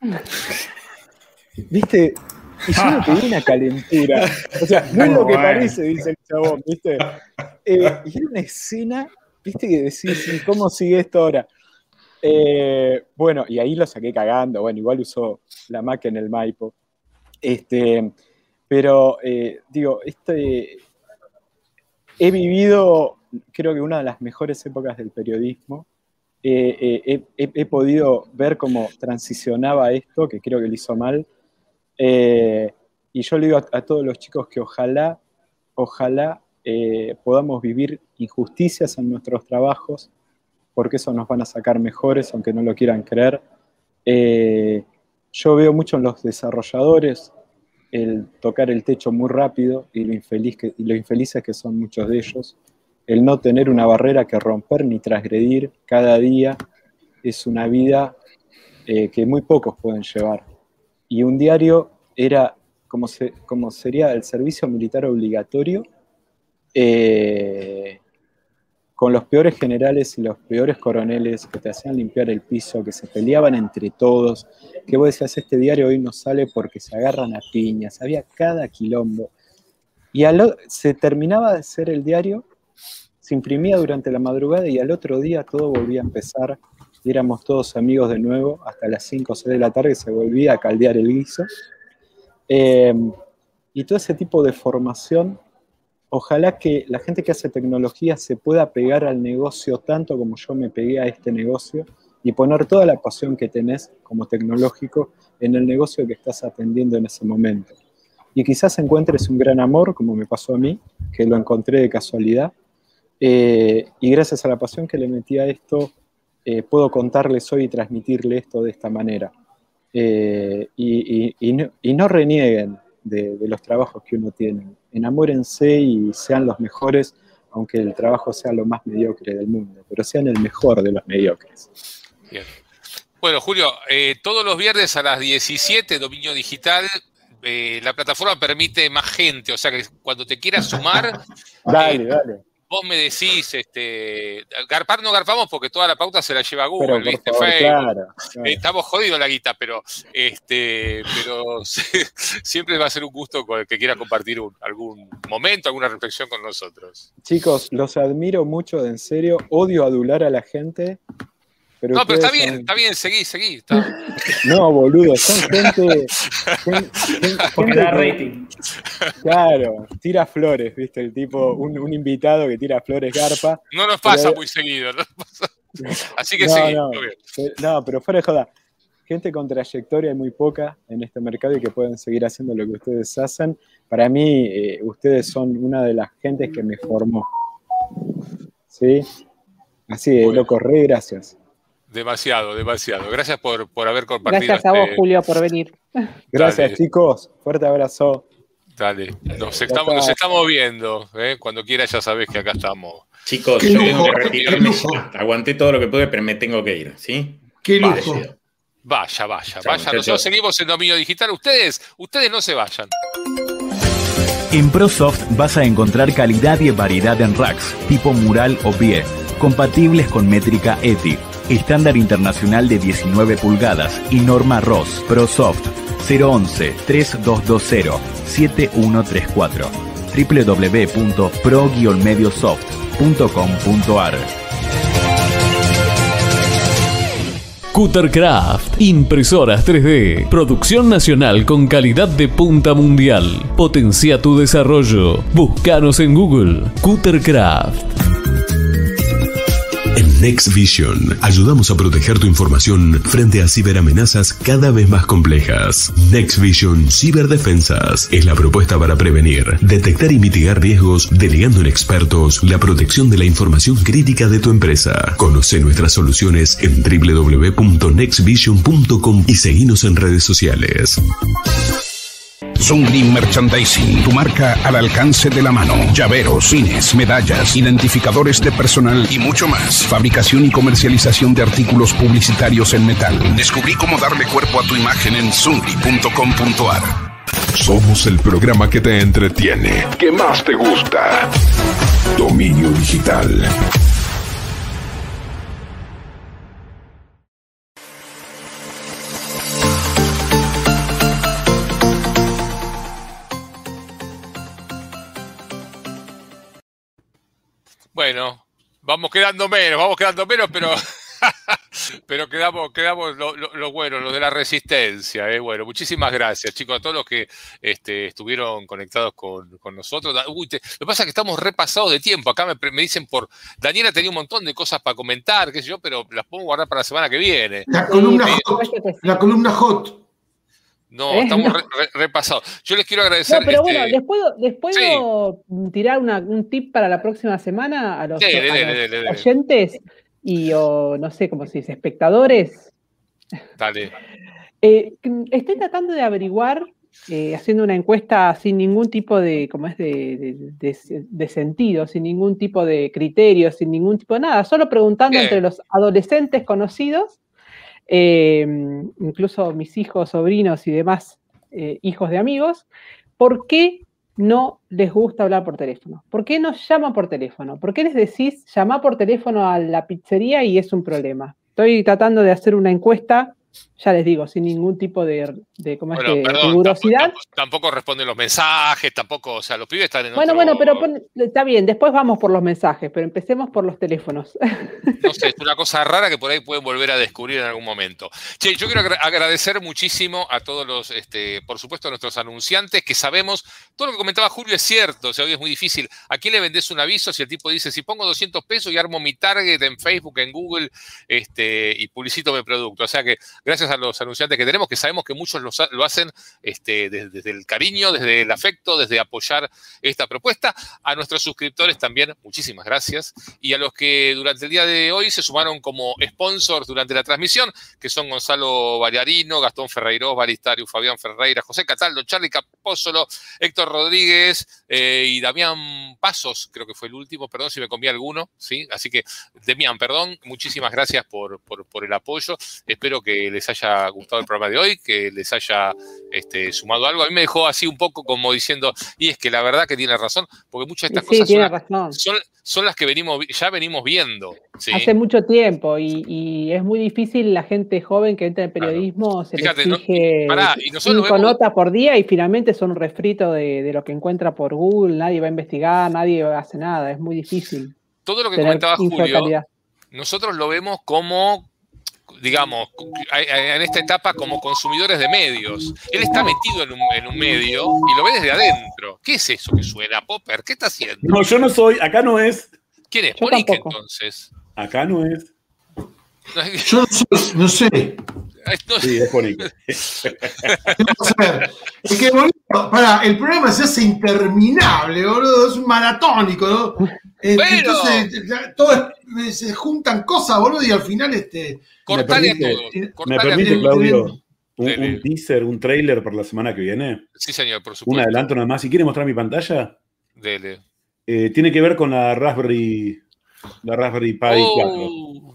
¿Viste? Y yo me pedí una calentura. O sea, no es lo que parece, dice el chabón, ¿viste? Y era una escena, ¿viste? Que decís, ¿cómo sigue esto ahora? Bueno, y ahí lo saqué cagando. Bueno, igual usó la Mac en el Maipo. Pero, digo, he vivido, creo que una de las mejores épocas del periodismo. He podido ver cómo transicionaba esto, que creo que lo hizo mal. Y yo le digo a todos los chicos que ojalá podamos vivir injusticias en nuestros trabajos, porque eso nos van a sacar mejores, aunque no lo quieran creer. Yo veo mucho en los desarrolladores el tocar el techo muy rápido y lo infelices que son muchos de ellos, el no tener una barrera que romper ni transgredir cada día. Es una vida que muy pocos pueden llevar. Y un diario era como sería el servicio militar obligatorio, con los peores generales y los peores coroneles que te hacían limpiar el piso, que se peleaban entre todos, que vos decías, este diario hoy no sale porque se agarran a piñas, había cada quilombo. Y se terminaba de hacer el diario, se imprimía durante la madrugada y al otro día todo volvía a empezar, y éramos todos amigos de nuevo, hasta las 5 o 6 de la tarde se volvía a caldear el guiso. Y todo ese tipo de formación, ojalá que la gente que hace tecnología se pueda pegar al negocio tanto como yo me pegué a este negocio y poner toda la pasión que tenés como tecnológico en el negocio que estás atendiendo en ese momento. Y quizás encuentres un gran amor, como me pasó a mí, que lo encontré de casualidad, y gracias a la pasión que le metí a esto, puedo contarles hoy y transmitirle esto de esta manera. Y no renieguen de los trabajos que uno tiene. Enamórense y sean los mejores, aunque el trabajo sea lo más mediocre del mundo, pero sean el mejor de los mediocres. Bien. Bueno, Julio, todos los viernes a las 17, Dominio Digital, la plataforma permite más gente, o sea que cuando te quieras sumar, dale. Vos me decís, garpar no garpamos porque toda la pauta se la lleva Google, pero, ¿viste? Favor, claro. Estamos jodidos la guita, pero siempre va a ser un gusto con el que quiera compartir algún momento, alguna reflexión con nosotros. Chicos, los admiro mucho, en serio, odio adular a la gente. Pero no, pero está bien, seguí. No, boludo, son gente porque da rating. Claro, tira flores, ¿viste? El tipo, un invitado que tira flores garpa. No nos pasa muy seguido, ¿no? Así que seguí, muy bien. No, pero fuera de joda, gente con trayectoria hay muy poca en este mercado y que pueden seguir haciendo lo que ustedes hacen. Para mí, ustedes son una de las gentes que me formó. ¿Sí? Así de loco, gracias. Demasiado. Gracias por haber compartido. Gracias a vos, Julio, por venir. Gracias, chicos. Fuerte abrazo. Dale, nos estamos viendo. Cuando quieras ya sabés que acá estamos. Chicos, yo tengo que retirarme. Aguanté todo lo que pude, pero me tengo que ir, ¿sí? Qué lujo. Vaya. Nosotros seguimos en Dominio Digital. Ustedes no se vayan. En ProSoft vas a encontrar calidad y variedad en racks, tipo mural o pie, compatibles con métrica ETI, estándar internacional de 19 pulgadas y norma ROS. ProSoft 011-3220-7134 www.pro-mediosoft.com.ar. Cuttercraft, impresoras 3D, producción nacional con calidad de punta mundial. Potencia tu desarrollo. Búscanos en Google. Cuttercraft. En Next Vision ayudamos a proteger tu información frente a ciberamenazas cada vez más complejas. Next Vision Ciberdefensas es la propuesta para prevenir, detectar y mitigar riesgos, delegando en expertos la protección de la información crítica de tu empresa. Conoce nuestras soluciones en www.nextvision.com y seguinos en redes sociales. Zungri Merchandising, tu marca al alcance de la mano. Llaveros, pines, medallas, identificadores de personal y mucho más. Fabricación y comercialización de artículos publicitarios en metal. Descubrí cómo darle cuerpo a tu imagen en zungri.com.ar. Somos el programa que te entretiene, que más te gusta. Dominio Digital. Bueno, vamos quedando menos, pero quedamos lo bueno, lo de la resistencia. Bueno, muchísimas gracias, chicos, a todos los que estuvieron conectados con nosotros. Lo que pasa es que estamos repasados de tiempo. Acá me dicen Daniela tenía un montón de cosas para comentar, qué sé yo, pero las podemos guardar para la semana que viene. La columna hot. No, estamos repasados. Yo les quiero agradecer. No, pero bueno, ¿les puedo tirar un tip para la próxima semana a los oyentes y, no sé cómo se dice, espectadores? Dale. Estoy tratando de averiguar haciendo una encuesta sin ningún tipo de, como es de sentido, sin ningún tipo de criterio, sin ningún tipo de nada, solo preguntando entre los adolescentes conocidos, incluso mis hijos, sobrinos y demás hijos de amigos, ¿por qué no les gusta hablar por teléfono? ¿Por qué no llaman por teléfono? ¿Por qué les decís llamá por teléfono a la pizzería y es un problema? Estoy tratando de hacer una encuesta, ya les digo, sin ningún tipo de rigurosidad. Tampoco responden los mensajes, tampoco, o sea, los pibes están en pero está bien, después vamos por los mensajes, pero empecemos por los teléfonos. No sé, es una cosa rara que por ahí pueden volver a descubrir en algún momento. Che, yo quiero agradecer muchísimo a todos los, por supuesto, a nuestros anunciantes, que sabemos, todo lo que comentaba Julio es cierto, o sea, hoy es muy difícil. ¿A quién le vendés un aviso si el tipo dice, si pongo 200 pesos y armo mi target en Facebook, en Google, y publicito mi producto? O sea que gracias a los anunciantes que tenemos, que sabemos que muchos lo hacen desde el cariño, desde el afecto, desde apoyar esta propuesta. A nuestros suscriptores también, muchísimas gracias. Y a los que durante el día de hoy se sumaron como sponsors durante la transmisión, que son Gonzalo Vallarino, Gastón Ferreirós, Balistario, Fabián Ferreira, José Cataldo, Charly Capósolo, Héctor Rodríguez y Damián Pasos, creo que fue el último, perdón si me comí alguno, ¿sí? Así que, Damián, perdón, muchísimas gracias por el apoyo. Espero que les haya gustado el programa de hoy, que les haya sumado algo. A mí me dejó así un poco como diciendo, y es que la verdad que tiene razón, porque muchas de estas cosas son las que ya venimos viendo. ¿sí? Hace mucho tiempo, y es muy difícil la gente joven que entra en periodismo, se le exige 5 notas por día y finalmente son un refrito de lo que encuentra por Google, nadie va a investigar, nadie hace nada, es muy difícil. Todo lo que comentaba Julio, nosotros lo vemos como, digamos, en esta etapa como consumidores de medios. Él está metido en un medio y lo ve desde adentro. ¿Qué es eso que suena, Popper? ¿Qué está haciendo? No, yo no soy, acá no es. ¿Quién es? Boric, entonces. Acá no es. Yo no sé. Sí, es Boric. Es que Boric, el programa se hace interminable, boludo, es un maratónico, ¿no? Entonces, se juntan cosas, boludo, y al final cortale a todos. ¿Me permite, Claudio, un teaser, un trailer para la semana que viene? Sí, señor, por supuesto. Un adelanto nada más. Si quiere mostrar mi pantalla. Dele. Tiene que ver con la Raspberry Pi 4.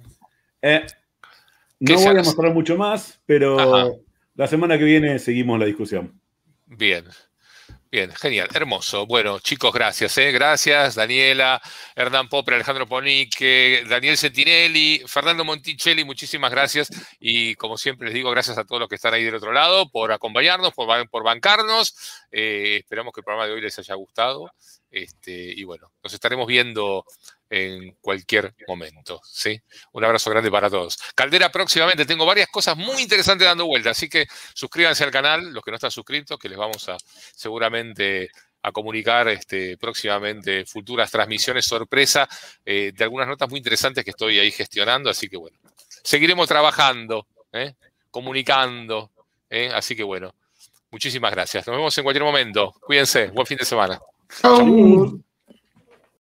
No voy a mostrar mucho más, pero la semana que viene seguimos la discusión. Bien. Bien, genial, hermoso. Bueno, chicos, gracias. Gracias, Daniela, Hernán Popper, Alejandro Ponique, Daniel Sentinelli, Fernando Monticelli, muchísimas gracias. Y como siempre les digo, gracias a todos los que están ahí del otro lado por acompañarnos, por bancarnos. Esperamos que el programa de hoy les haya gustado. Y bueno, nos estaremos viendo en cualquier momento, ¿sí? Un abrazo grande para todos. Caldera próximamente, tengo varias cosas muy interesantes dando vuelta, así que suscríbanse al canal, los que no están suscritos, que les vamos a seguramente a comunicar próximamente futuras transmisiones sorpresa de algunas notas muy interesantes que estoy ahí gestionando, así que bueno, seguiremos trabajando, comunicando, así que bueno, muchísimas gracias. Nos vemos en cualquier momento. Cuídense, buen fin de semana. Chau.